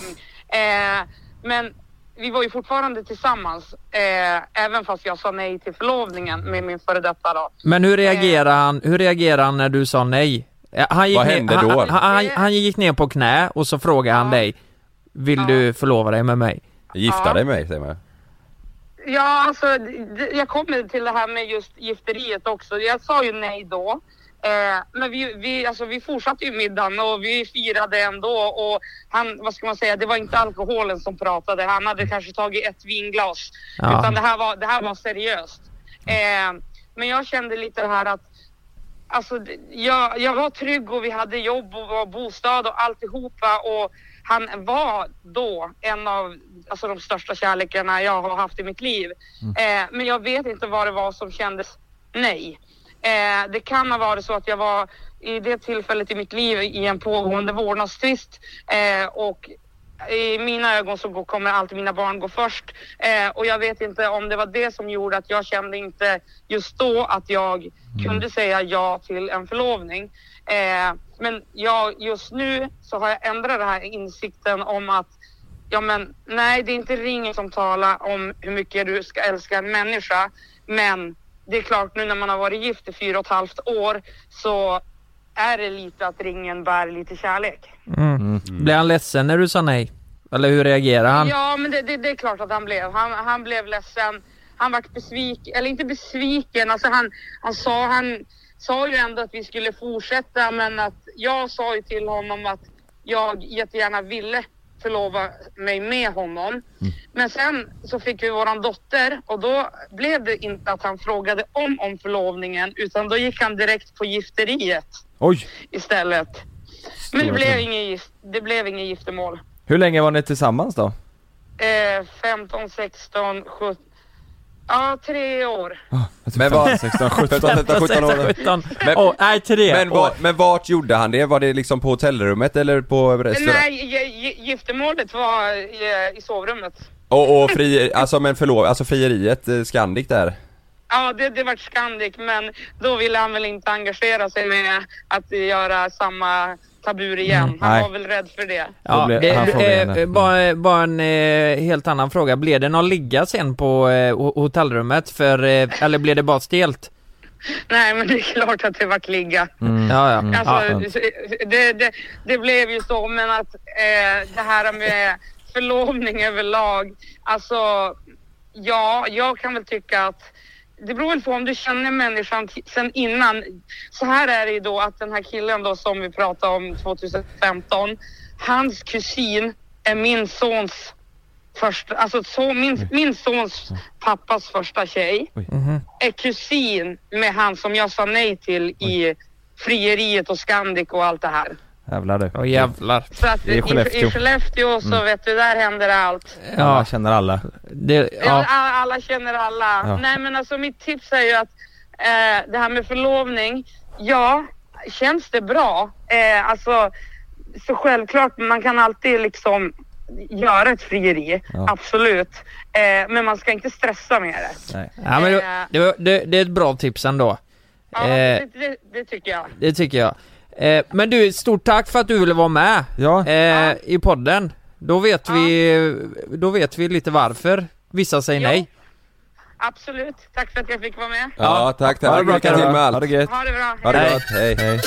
Men vi var ju fortfarande tillsammans, även fast jag sa nej till förlovningen med min före detta då. Men hur reagerar han när du sa nej? Vad hände då? Han gick ner på knä och så frågade han dig: vill du förlova dig med mig? Gifta dig med mig, säger man. Ja, alltså jag kommer till det här med just gifteriet också. Jag sa ju nej då. Men vi fortsatte ju middagen och vi firade ändå, och han, vad ska man säga, det var inte alkoholen som pratade. Han hade kanske tagit ett vinglas, utan det här var seriöst. Men jag kände lite det här att alltså, jag var trygg och vi hade jobb och bostad och alltihopa, och han var då en av de största kärlekarna jag har haft i mitt liv. Men jag vet inte vad det var som kändes nej. Det kan ha varit så att jag var i det tillfället i mitt liv i en pågående vårdnadstvist, och i mina ögon så kommer alltid mina barn gå först, och jag vet inte om det var det som gjorde att jag kände inte just då att jag kunde säga ja till en förlovning. Men just nu så har jag ändrat den här insikten om att nej, det är inte ringen som talar om hur mycket du ska älska en människa, men det är klart, nu när man har varit gift i 4,5 år så är det lite att ringen bär lite kärlek. Blev han ledsen när du sa nej? Eller hur reagerade han? Ja, men det är klart att han blev. Han blev ledsen. Han var besviken, eller inte besviken. Alltså han sa ju ändå att vi skulle fortsätta, men att jag sa ju till honom att jag jättegärna ville förlova mig med honom. Men sen så fick vi våran dotter, och då blev det inte att han frågade om förlovningen, utan då gick han direkt på gifteriet. Oj. Istället. Men det blev ingen giftermål. Hur länge var ni tillsammans då? 15, 16, 17. Ja, 3 år. Men vad 16, 17 år. Men vart gjorde han det? Var det liksom på hotellrummet eller på restaurang? Nej, giftermålet var i sovrummet. Och frieriet Scandic där. Ja, det var Scandic, men då ville han väl inte engagera sig med att göra samma tabur igen. Han var väl rädd för det. Ja, bara en helt annan fråga. Blev det någon ligga sen på hotellrummet? Eller blev det bara stelt? Nej, men det är klart att det vart ligga. Det blev ju så, men att det här med förlovning överlag, alltså jag kan väl tycka att det beror väl på om du känner människan sen innan. Så här är det ju då att den här killen då som vi pratade om 2015, hans kusin är min sons första, alltså min sons pappas första tjej är kusin med han som jag sa nej till i frieriet och Scandic och allt det här. Jävlar du. Åh jävlar. Så att i Skellefteå så vet du, där händer allt. Ja, känner alla. Alla känner alla. Ja. Nej, men alltså mitt tips är ju att det här med förlovning, känns det bra? Alltså, så självklart, man kan alltid liksom göra ett frieri, absolut. Men man ska inte stressa med det. Nej. Ja, men det är ett bra tips ändå. Ja, det tycker jag. Det tycker jag. Men du, stort tack för att du ville vara med i podden. Då vet vi lite varför vissa säger nej. Absolut, tack för att jag fick vara med. Ja, tack. Ha det bra, lycka till med allt. Ha det bra. Ha det gott, hej.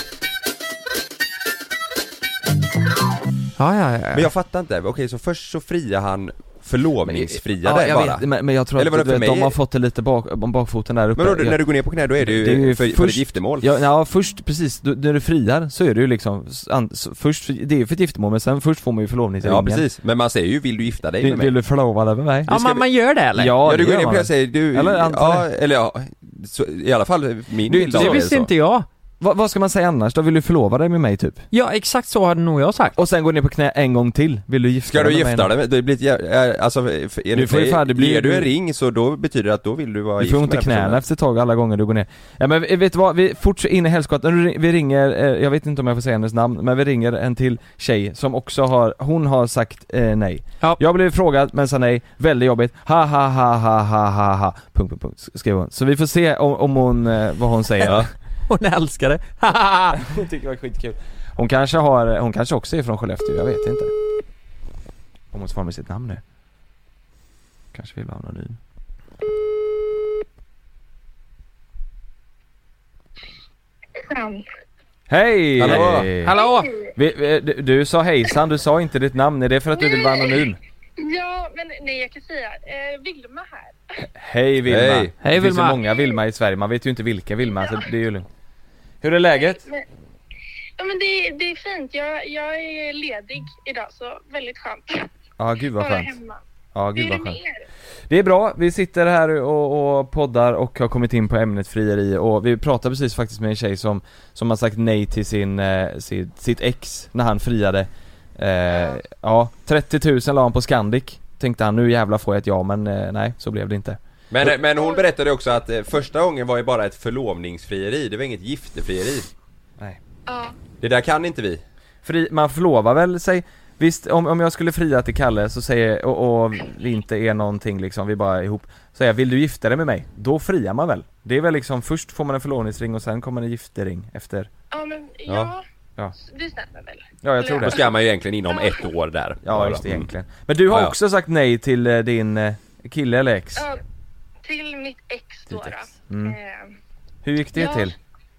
Ja. Men jag fattar inte. Okej, så först så friar han förlovningsfriade bara. Vet, men jag tror eller att de har fått det lite bakfoten där uppe. Men då, när du går ner på knä, då är det ju för ett giftermål. Ja, först precis, när du friar så är det ju liksom först, det är för ett giftermål, men sen först får man ju förlovningsringen. Ja, precis. Men man säger ju, vill du gifta dig med mig? Vill du förlova dig med mig? Ja, man gör det, eller? Ja, du går ner på knä och säger du, eller så, i alla fall min bild. Det visste inte jag. Vad ska man säga annars? Då vill du förlova dig med mig typ? Ja, exakt så hade nog jag sagt. Och sen går ner på knä en gång till. Vill du gifta dig med mig? Ska du gifta dig? Det blir alltså, ger du en ring så då betyder det att då vill du vara gift med. Du får inte knäna efter ett tag alla gånger du går ner. Ja, men vet du vad? Vi fortsätter in i helskotten. Vi ringer, jag vet inte om jag får säga hennes namn, men vi ringer en till tjej som också har sagt nej. Ja. Jag blev frågad men sa nej. Väldigt jobbigt. Ha. Punkt. Skrev hon. Så vi får se om hon, vad hon säger. Ja. Hon älskar det. Hon tycker det var skitkul. Hon kanske också är från Skellefteå, jag vet inte. Hon måste få med sitt namn nu. Kanske vill vara anonym. Hej! Hallå! Du sa hejsan, du sa inte ditt namn. Är det för att du vill vara anonym? Ja, men nej, jag kan säga Vilma här. Hej Vilma. Hej Det finns Vilma. så många Vilma i Sverige. Man vet ju inte vilka Vilma, så det är ju lugnt. Hur är läget? Men det är fint. Jag är ledig idag, så väldigt skönt. Ja, gud vad skönt. Hemma. Ja, gud vad skönt. Det är bra, vi sitter här och poddar och har kommit in på ämnet frieri. Och vi pratade precis faktiskt med en tjej som har sagt nej till sitt ex när han friade. 30 000 la han på Scandic. Tänkte han, nu jävla får jag ett ja, men nej, så blev det inte. Men hon berättade också att första gången var ju bara ett förlovningsfrieri. Det var inget giftefrieri. Nej. Det där kan inte vi. Man förlovar väl sig. Visst, om jag skulle fria till Kalle så säger och vi inte är någonting liksom, vi bara är ihop, så jag vill du gifta dig med mig? Då friar man väl. Det är väl liksom, först får man en förlovningsring och sen kommer en giftering efter. Ja, men det stämmer väl. Ja, jag tror det. Då ska man ju egentligen inom ett år där. Ja, just det, egentligen. Men du har också sagt nej till din kille eller ex? Ja, till mitt ex då. Hur gick det till?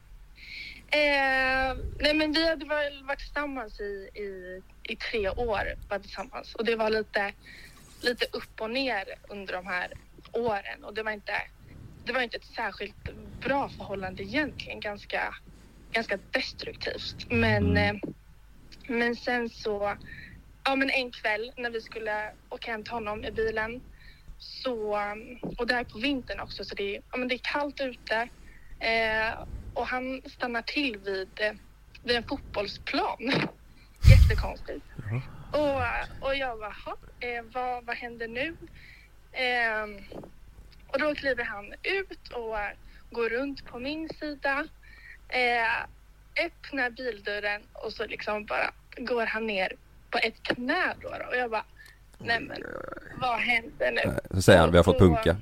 Nej, men vi hade varit tillsammans i 3 år var tillsammans. Och det var lite upp och ner under de här åren. Och det var inte ett särskilt bra förhållande egentligen. Ganska destruktivt. Men sen så, men en kväll när vi skulle åka hem till honom i bilen, så, och det är på vintern också, så det är kallt ute, och han stannar till vid en fotbollsplan. Jättekonstigt. Och jag bara, vad händer nu? Och då kliver han ut och går runt på min sida, öppnar bildörren och så liksom bara går han ner på ett knä då. Och jag bara, nej men vad händer nu? Så säger han, vi har fått punka.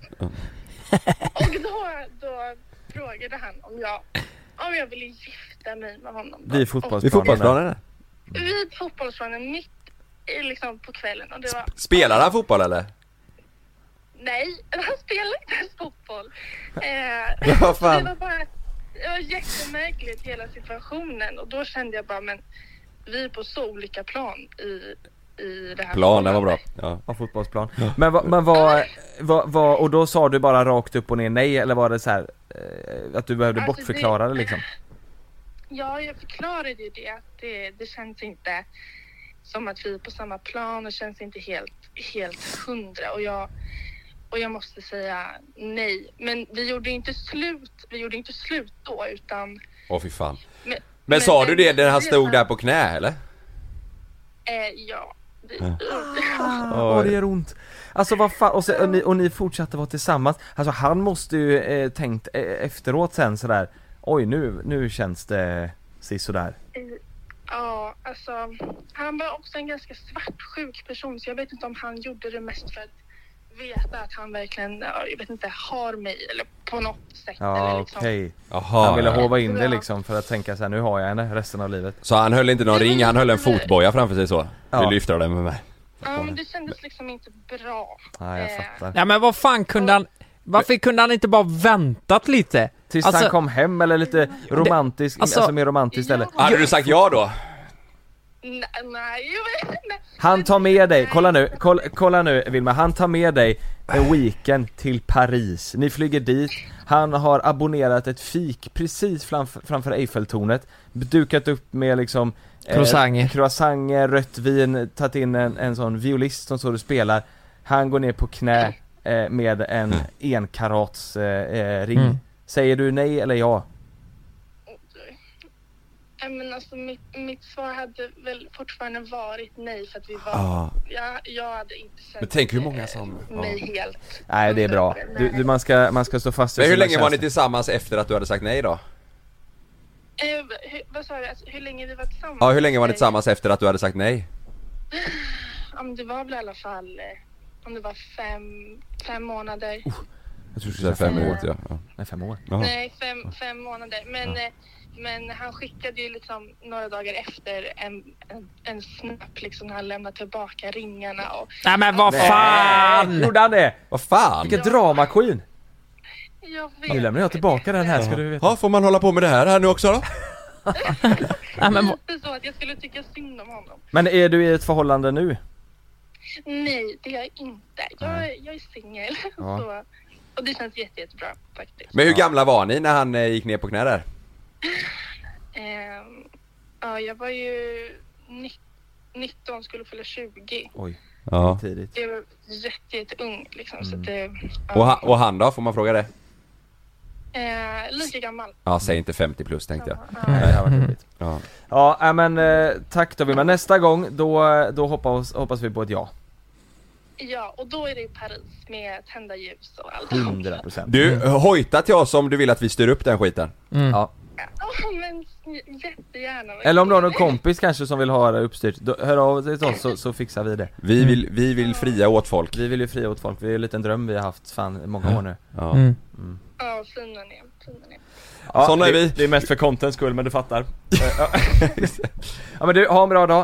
Och då frågade han om jag ville gifta mig med honom. Vid fotbollsplanen? Vid fotbollsplanen, mitt liksom på kvällen. Och det var, spelar han fotboll eller? Nej, han spelar inte ens fotboll. Vad fan? Det var jättemärkligt hela situationen. Och då kände jag bara, men vi är på så olika plan i det här. Planen var bra. Ja, fotbollsplan. Ja. Men vad och då sa du bara rakt upp och ner nej, eller var det så här att du behövde bortförklara det liksom? Ja, jag förklarade ju det, att det känns inte som att vi är på samma plan och känns inte helt 100, och jag måste säga nej. Men vi gjorde inte slut då, utan fy fan. Men sa du det när han stod där på knä eller? Ja. Det gör ont. Alltså vad fan, och ni fortsatte vara tillsammans. Alltså han måste ju tänkt efteråt sen sådär, oj nu känns det sådär. Ja, alltså han var också en ganska svartsjuk person, så jag vet inte om han gjorde det mest för att veta att han verkligen, jag vet inte, har mig eller på något sätt. Ja, eller liksom. okej. Han ville hova in det liksom för att tänka så här, nu har jag henne resten av livet. Så han höll inte någon ring, han höll en fotboja framför sig så. Vill lyfta den med mig. Ja, men det kändes liksom inte bra. Ja, jag fattar. Ja, men vad fan kunde han, varför kunde han inte bara väntat lite? Tills han kom hem, eller lite romantiskt, alltså mer romantiskt eller? Hade du sagt ja då? Nej, jag vet inte. Han tar med dig, kolla nu Vilma, han tar med dig en weekend till Paris. Ni flyger dit, han har abonnerat ett fik precis framför Eiffeltornet, dukat upp med liksom croissanter, rött vin, tagit in en sån violist som så du spelar. Han går ner på knä med en 1 karats ring. Säger du nej eller ja? Men alltså mitt svar hade väl fortfarande varit nej för att vi var... Jag hade inte känt. Men tänk hur många som... mig helt. Nej, det är bra. Man ska stå fast. Men hur länge var ni tillsammans efter att du hade sagt nej då? Vad sa du? Alltså, hur länge vi var tillsammans? Ja, hur länge var ni tillsammans efter att du hade sagt nej? Det var väl i alla fall... Om det var 5 månader. Jag tror du skulle säga 5 år. Ja. Nej, 5 år. Jaha. Nej, 5 månader. Men han skickade ju liksom några dagar efter en snap liksom när han lämnade tillbaka ringarna och... Nej men vad fan! Gjorde han det? Vad fan? Vilken drama queen. Jag vet. Nu lämnar jag tillbaka den här, ska du veta. Ja, får man hålla på med det här nu också då? Nej, men lite så att jag skulle tycka synd om honom. Men är du i ett förhållande nu? Nej, det är jag inte. Jag är singel. Ja. Så, och det känns jättebra faktiskt. Men hur gamla var ni när han gick ner på knä där? Jag var ju 19, skulle fylla 20. Oj, ja. Tidigt. Jag var jätteung liksom. Så det, och han då, får man fråga det? Lika gammal. Ja, säg inte 50 plus tänkte jag. Nej, det var roligt. Ja, men tack då. Men nästa gång då hoppas vi på ett ja. Ja, och då är det i Paris med tända ljus och allt. 100%. Du, hojta till oss om du vill att vi styr upp den skiten. Ja. Men jättegärna. Eller om du har någon kompis kanske som vill ha det uppstyrt, hör av dig till oss så fixar vi det. Vi vill fria åt folk. Vi vill ju fria åt folk. Vi är en liten dröm vi har haft många år nu. Ja, fina ni. Ja, såna är vi. Det är mest för contents skull, men du fattar. Ja, men du, ha en bra dag.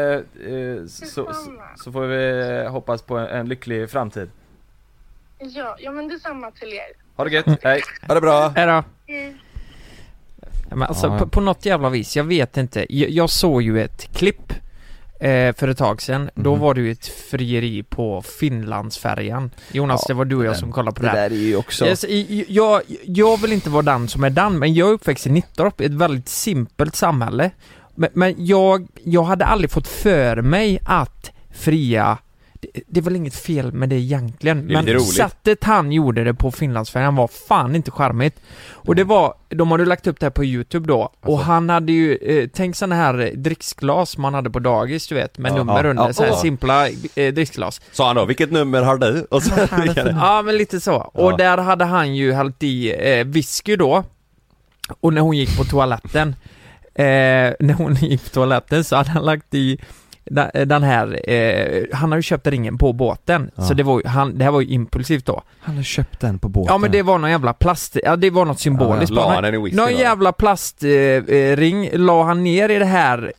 Så får vi hoppas på en lycklig framtid. Ja, men detsamma till er. Ha det gött. Hej. Ha det bra. Hej då. Ja, men alltså på något jävla vis, jag vet inte. Jag såg ju ett klipp för ett tag sedan. Då var det ju ett frieri på Finlandsfärjan. Jonas, det var du och jag som kollade på det här. Det där är ju också... Jag vill inte vara den som är den, men jag är uppväxt i Nittorp, ett väldigt simpelt samhälle. Men jag hade aldrig fått för mig att fria... Det är väl inget fel med det egentligen, men sättet han gjorde det på Finlandsfärjan var fan inte charmigt. Och det var, de hade lagt upp det här på YouTube då, och han hade ju tänk såna här dricksglas man hade på dagis, du vet, med nummer under, så här simpla dricksglas. Sa han då, vilket nummer har du? Och så ja, men lite så. Och där hade han ju hällt i whisky då. Och när hon gick på toaletten så hade han lagt i den här han har ju köpt ringen på båten, så det här var ju impulsivt då. Han har köpt den på båten. Ja, men det var någon jävla plast, det var något symboliskt. Någon jävla plastring la han ner i det här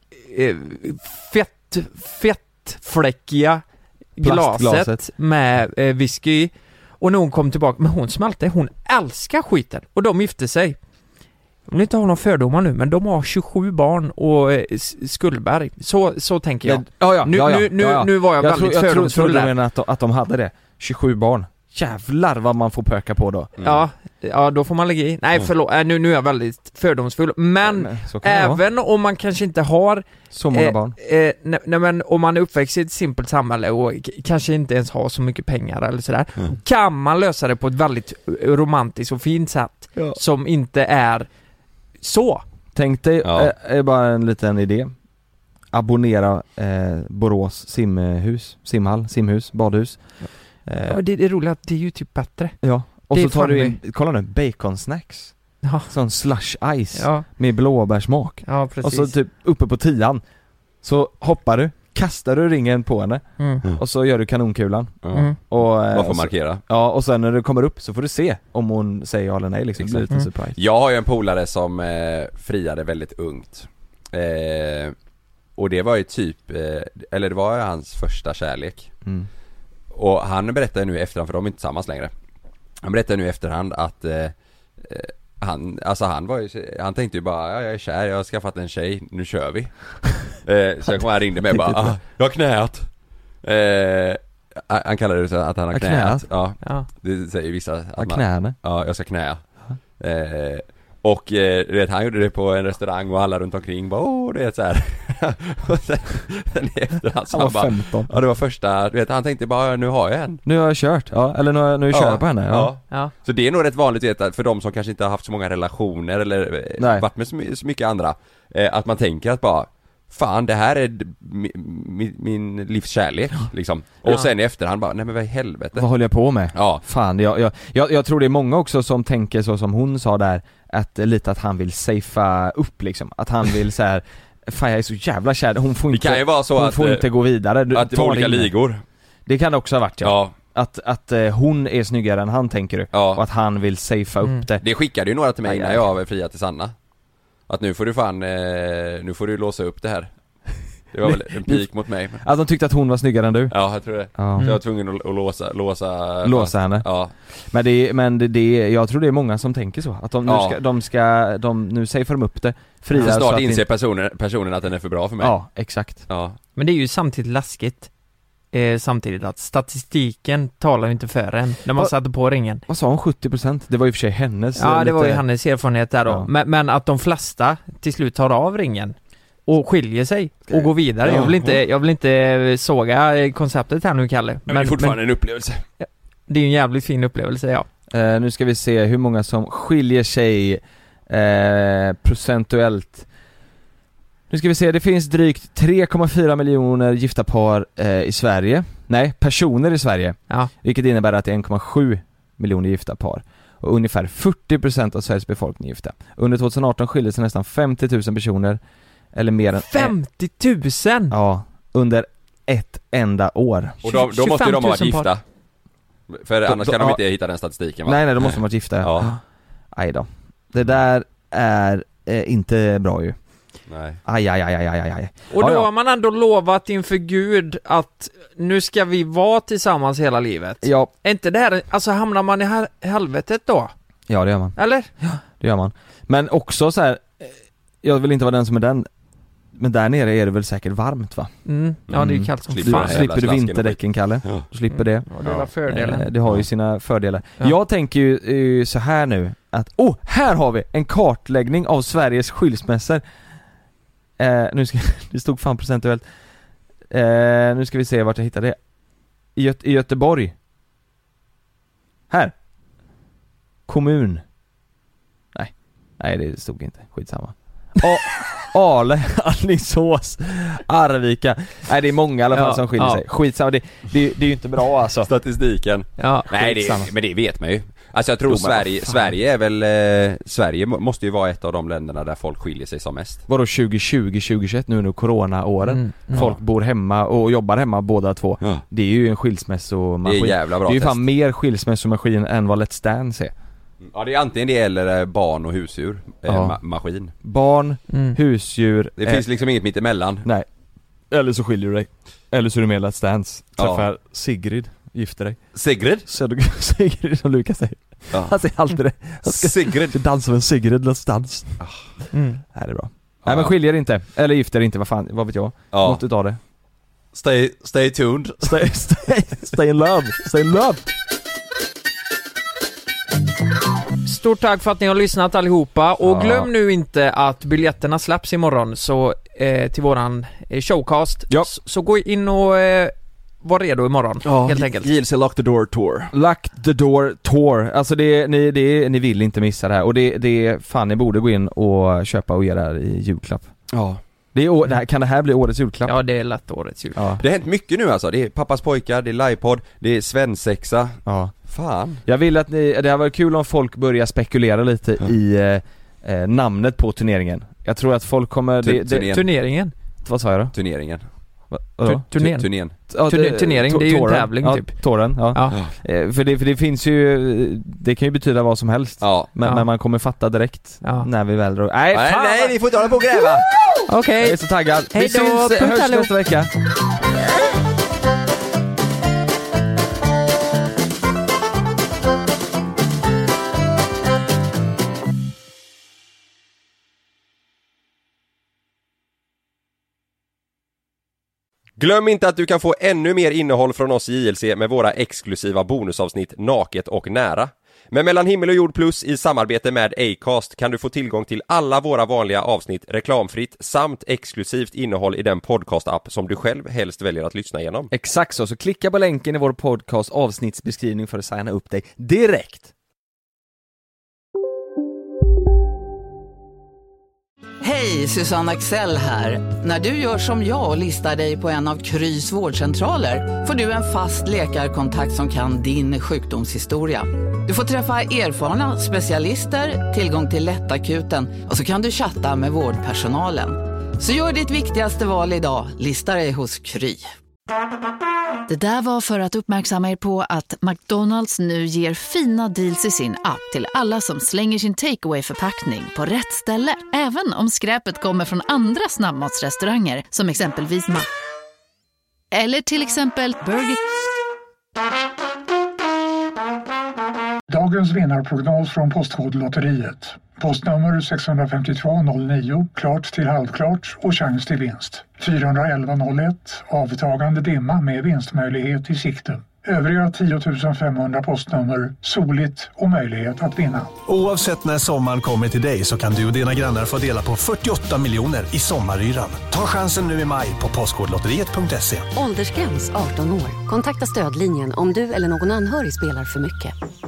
fettfläckiga glaset med whisky. Och när hon kom tillbaka, men hon smalte, hon älskar skiten, och de gifte sig. Jag vill inte ha några fördomar nu, men de har 27 barn och skuldberg. Så tänker jag. Nu var jag väldigt fördomsfull där. Jag tror att de hade det. 27 barn. Jävlar vad man får pöka på då. Ja, då får man lägga i. Nej, förlåt. Nu är jag väldigt fördomsfull. Men även om man kanske inte har så många barn. Nej, men om man är uppväxt i ett simpelt samhälle och kanske inte ens har så mycket pengar eller sådär, kan man lösa det på ett väldigt romantiskt och fint sätt som inte är så. Tänk dig, bara en liten idé. Abonnera Borås simhus, badhus. Det är roligt att det är ju typ bättre. Ja, och så tar du in, kolla nu, bacon snacks. Ja. Sån slush ice med blåbärsmak. Ja, precis. Och så typ uppe på 10 så hoppar du, kastar du ringen på henne och så gör du kanonkulan. Och man får markera. Ja, och sen när du kommer upp så får du se om hon säger ja eller nej liksom. Surprise. Jag har ju en polare som friade väldigt ungt. Och det var ju typ eller det var hans första kärlek. Och han berättade nu i efterhand, för de är inte tillsammans längre. Han berättade nu i efterhand att han tänkte ju bara, jag är kär, jag har skaffat en tjej, nu kör vi. Så jag kom här och ringde mig och bara, jag har knät. Han kallade det så att han har knät. Ja. Det säger vissa att knäna. Ja, jag ska knä. Och du vet, han gjorde det på en restaurang och alla runt omkring bara, det är så här. Och sen efterhand så han var 15. Ja, det var första, du vet, han tänkte bara, nu har jag en. Nu har jag kört, ja, eller nu kör jag på henne. Ja. Så det är nog rätt vanligt, vet, för de som kanske inte har haft så många relationer eller varit med så mycket andra, att man tänker att bara, fan, det här är min livskärlek liksom. Och sen i efterhand bara, nej men vad i helvete. Vad håller jag på med? Ja. Fan, jag tror det är många också som tänker så som hon sa där, att lite att han vill safea upp liksom. Att han vill så här, fan jag är så jävla kär. Hon får inte, det kan ju vara så hon att, får inte gå vidare. Att det var olika ligor. Det kan det också ha varit, ja. Att hon är snyggare än han, tänker du. Ja. Och att han vill safea upp det. Det skickade ju några till mig när jag var fria till Sanna. Att nu får du fan, nu får du låsa upp det här. Det var väl en pik mot mig. Att de tyckte att hon var snyggare än du? Ja, jag tror det. Ja. Så jag var tvungen att låsa henne. Ja. Men jag tror det är många som tänker så. Att de nu safear de upp det. Friar, så snart inser personen att den är för bra för mig. Ja, exakt. Ja. Men det är ju samtidigt läskigt. Samtidigt att statistiken talar ju inte för en när man satte på ringen. Vad sa hon, 70%? Det var ju för sig hennes. Ja, det var ju hennes erfarenhet där då. Ja. Men att de flesta till slut tar av ringen och skiljer sig och går vidare. Jag vill inte såga konceptet här nu, Kalle. Men det är fortfarande en upplevelse. Det är en jävligt fin upplevelse, ja. Nu ska vi se hur många som skiljer sig procentuellt. Nu ska vi se, det finns drygt 3,4 miljoner gifta par i Sverige. Nej, personer i Sverige. Ja. Vilket innebär att det är 1,7 miljoner gifta par. Och ungefär 40% av Sveriges befolkning är gifta. Under 2018 skiljer sig nästan 50 000 personer. Eller mer än 50 000? Ja, under ett enda år. Och då måste ju de ha varit gifta. För annars kan de inte hitta den statistiken, va? Nej, de måste ha varit gifta. Ja. Aj då. Det där är inte bra ju. Nej. Aj. Och då har man ändå lovat inför Gud att nu ska vi vara tillsammans hela livet. Ja. Är inte det här, alltså hamnar man i helvetet då? Ja, det gör man. Eller? Ja, det gör man. Men också så här, jag vill inte vara den som är den. Men där nere är det väl säkert varmt, va? Ja, det är ju kallt som fan. Slipper du vinterdäcken, Kalle? Ja. Du slipper det. Ja, det var fördelen. Det har ju sina fördelar. Ja. Jag tänker ju så här nu att, här har vi en kartläggning av Sveriges skilsmässor. Det stod fan procentuellt. Nu ska vi se vart jag hittar det. I Göteborg. Här. Kommun. Nej, det stod inte. Skitsamma. Ale, Alingsås, Arvika. Nej, det är många i alla fall som skiljer sig. Skitsamma, det är ju inte bra alltså. Statistiken. Ja, nej, men det vet man ju. Alltså jag tror Sverige är väl Sverige måste ju vara ett av de länderna där folk skiljer sig som mest. Vadå 2020, 2021 nu under corona-åren? Folk bor hemma och jobbar hemma båda två. Ja. Det är ju en skilsmässomaskin. Det är jävla bra. Det är ju fan mer skilsmässomaskin än vad Let's Dance är. Ja, det är antingen det eller barn och husdjur maskin. Barn, husdjur. Det finns liksom inget mitt emellan. Nej. Eller så skiljer du dig. Eller så är du med Let's Dance. Träffar Sigrid, gifter dig. Sigrid? Sigrid som Lukas säger. Ja. Han säger alltid det. Sigrid. Du dansar med Sigrid, Let's Dance. Nej, det är bra. Nej, men skiljer inte. Eller gifter inte, vad vet jag. Något utav det. Stay tuned. Stay in love. Stay in love. Stort tack för att ni har lyssnat allihopa. Och glöm nu inte att biljetterna släpps imorgon. Så till våran showcast. Så gå in och var redo imorgon, helt enkelt. JLC Lock the Door Tour. Lock the Door Tour. Alltså ni vill inte missa det här. Och det fan, ni borde gå in och köpa och ge det här i julklapp. Ja. Kan det här bli årets julklapp? Ja, det är lätt årets julklapp. Ja. Det har hänt mycket nu alltså. Det är Pappas pojkar, det är livepodd, det är svensexa. Ja. Fan. Jag vill att det har varit kul om folk börjar spekulera lite i namnet på turneringen. Jag tror att folk kommer... Turneringen? Vad sa jag då? Turneringen. Turnering, det är ju en tävling typ. Tåren, För det finns ju, det kan ju betyda vad som helst. Men man kommer fatta direkt när vi väl drar. Nej, vi får inte hålla på och gräva. Okej. Jag är så taggad. Hej då, vi syns, hörs nästa vecka. Glöm inte att du kan få ännu mer innehåll från oss i JLC med våra exklusiva bonusavsnitt Naket och nära. Men Mellan himmel och jord plus i samarbete med Acast kan du få tillgång till alla våra vanliga avsnitt reklamfritt samt exklusivt innehåll i den podcast-app som du själv helst väljer att lyssna igenom. Exakt så klicka på länken i vår podcast avsnittsbeskrivning för att signa upp dig direkt. Hej, Susanne Axel här. När du gör som jag och listar dig på en av Krys vårdcentraler får du en fast läkarkontakt som kan din sjukdomshistoria. Du får träffa erfarna specialister, tillgång till lättakuten och så kan du chatta med vårdpersonalen. Så gör ditt viktigaste val idag, lista dig hos Kry. Det där var för att uppmärksamma er på att McDonalds nu ger fina deals i sin app till alla som slänger sin takeaway-förpackning på rätt ställe. Även om skräpet kommer från andra snabbmatsrestauranger som exempelvis eller till exempel Burger. Dagens vinnarprognos från Postkodlotteriet. Postnummer 65209, klart till halvklart och chans till vinst. 41101, avtagande dimma med vinstmöjlighet i sikte. Övriga 10 500 postnummer, soligt och möjlighet att vinna. Oavsett när sommaren kommer till dig så kan du och dina grannar få dela på 48 miljoner i sommaryran. Ta chansen nu i maj på postkodlotteriet.se. Åldersgräns 18 år. Kontakta stödlinjen om du eller någon anhörig spelar för mycket.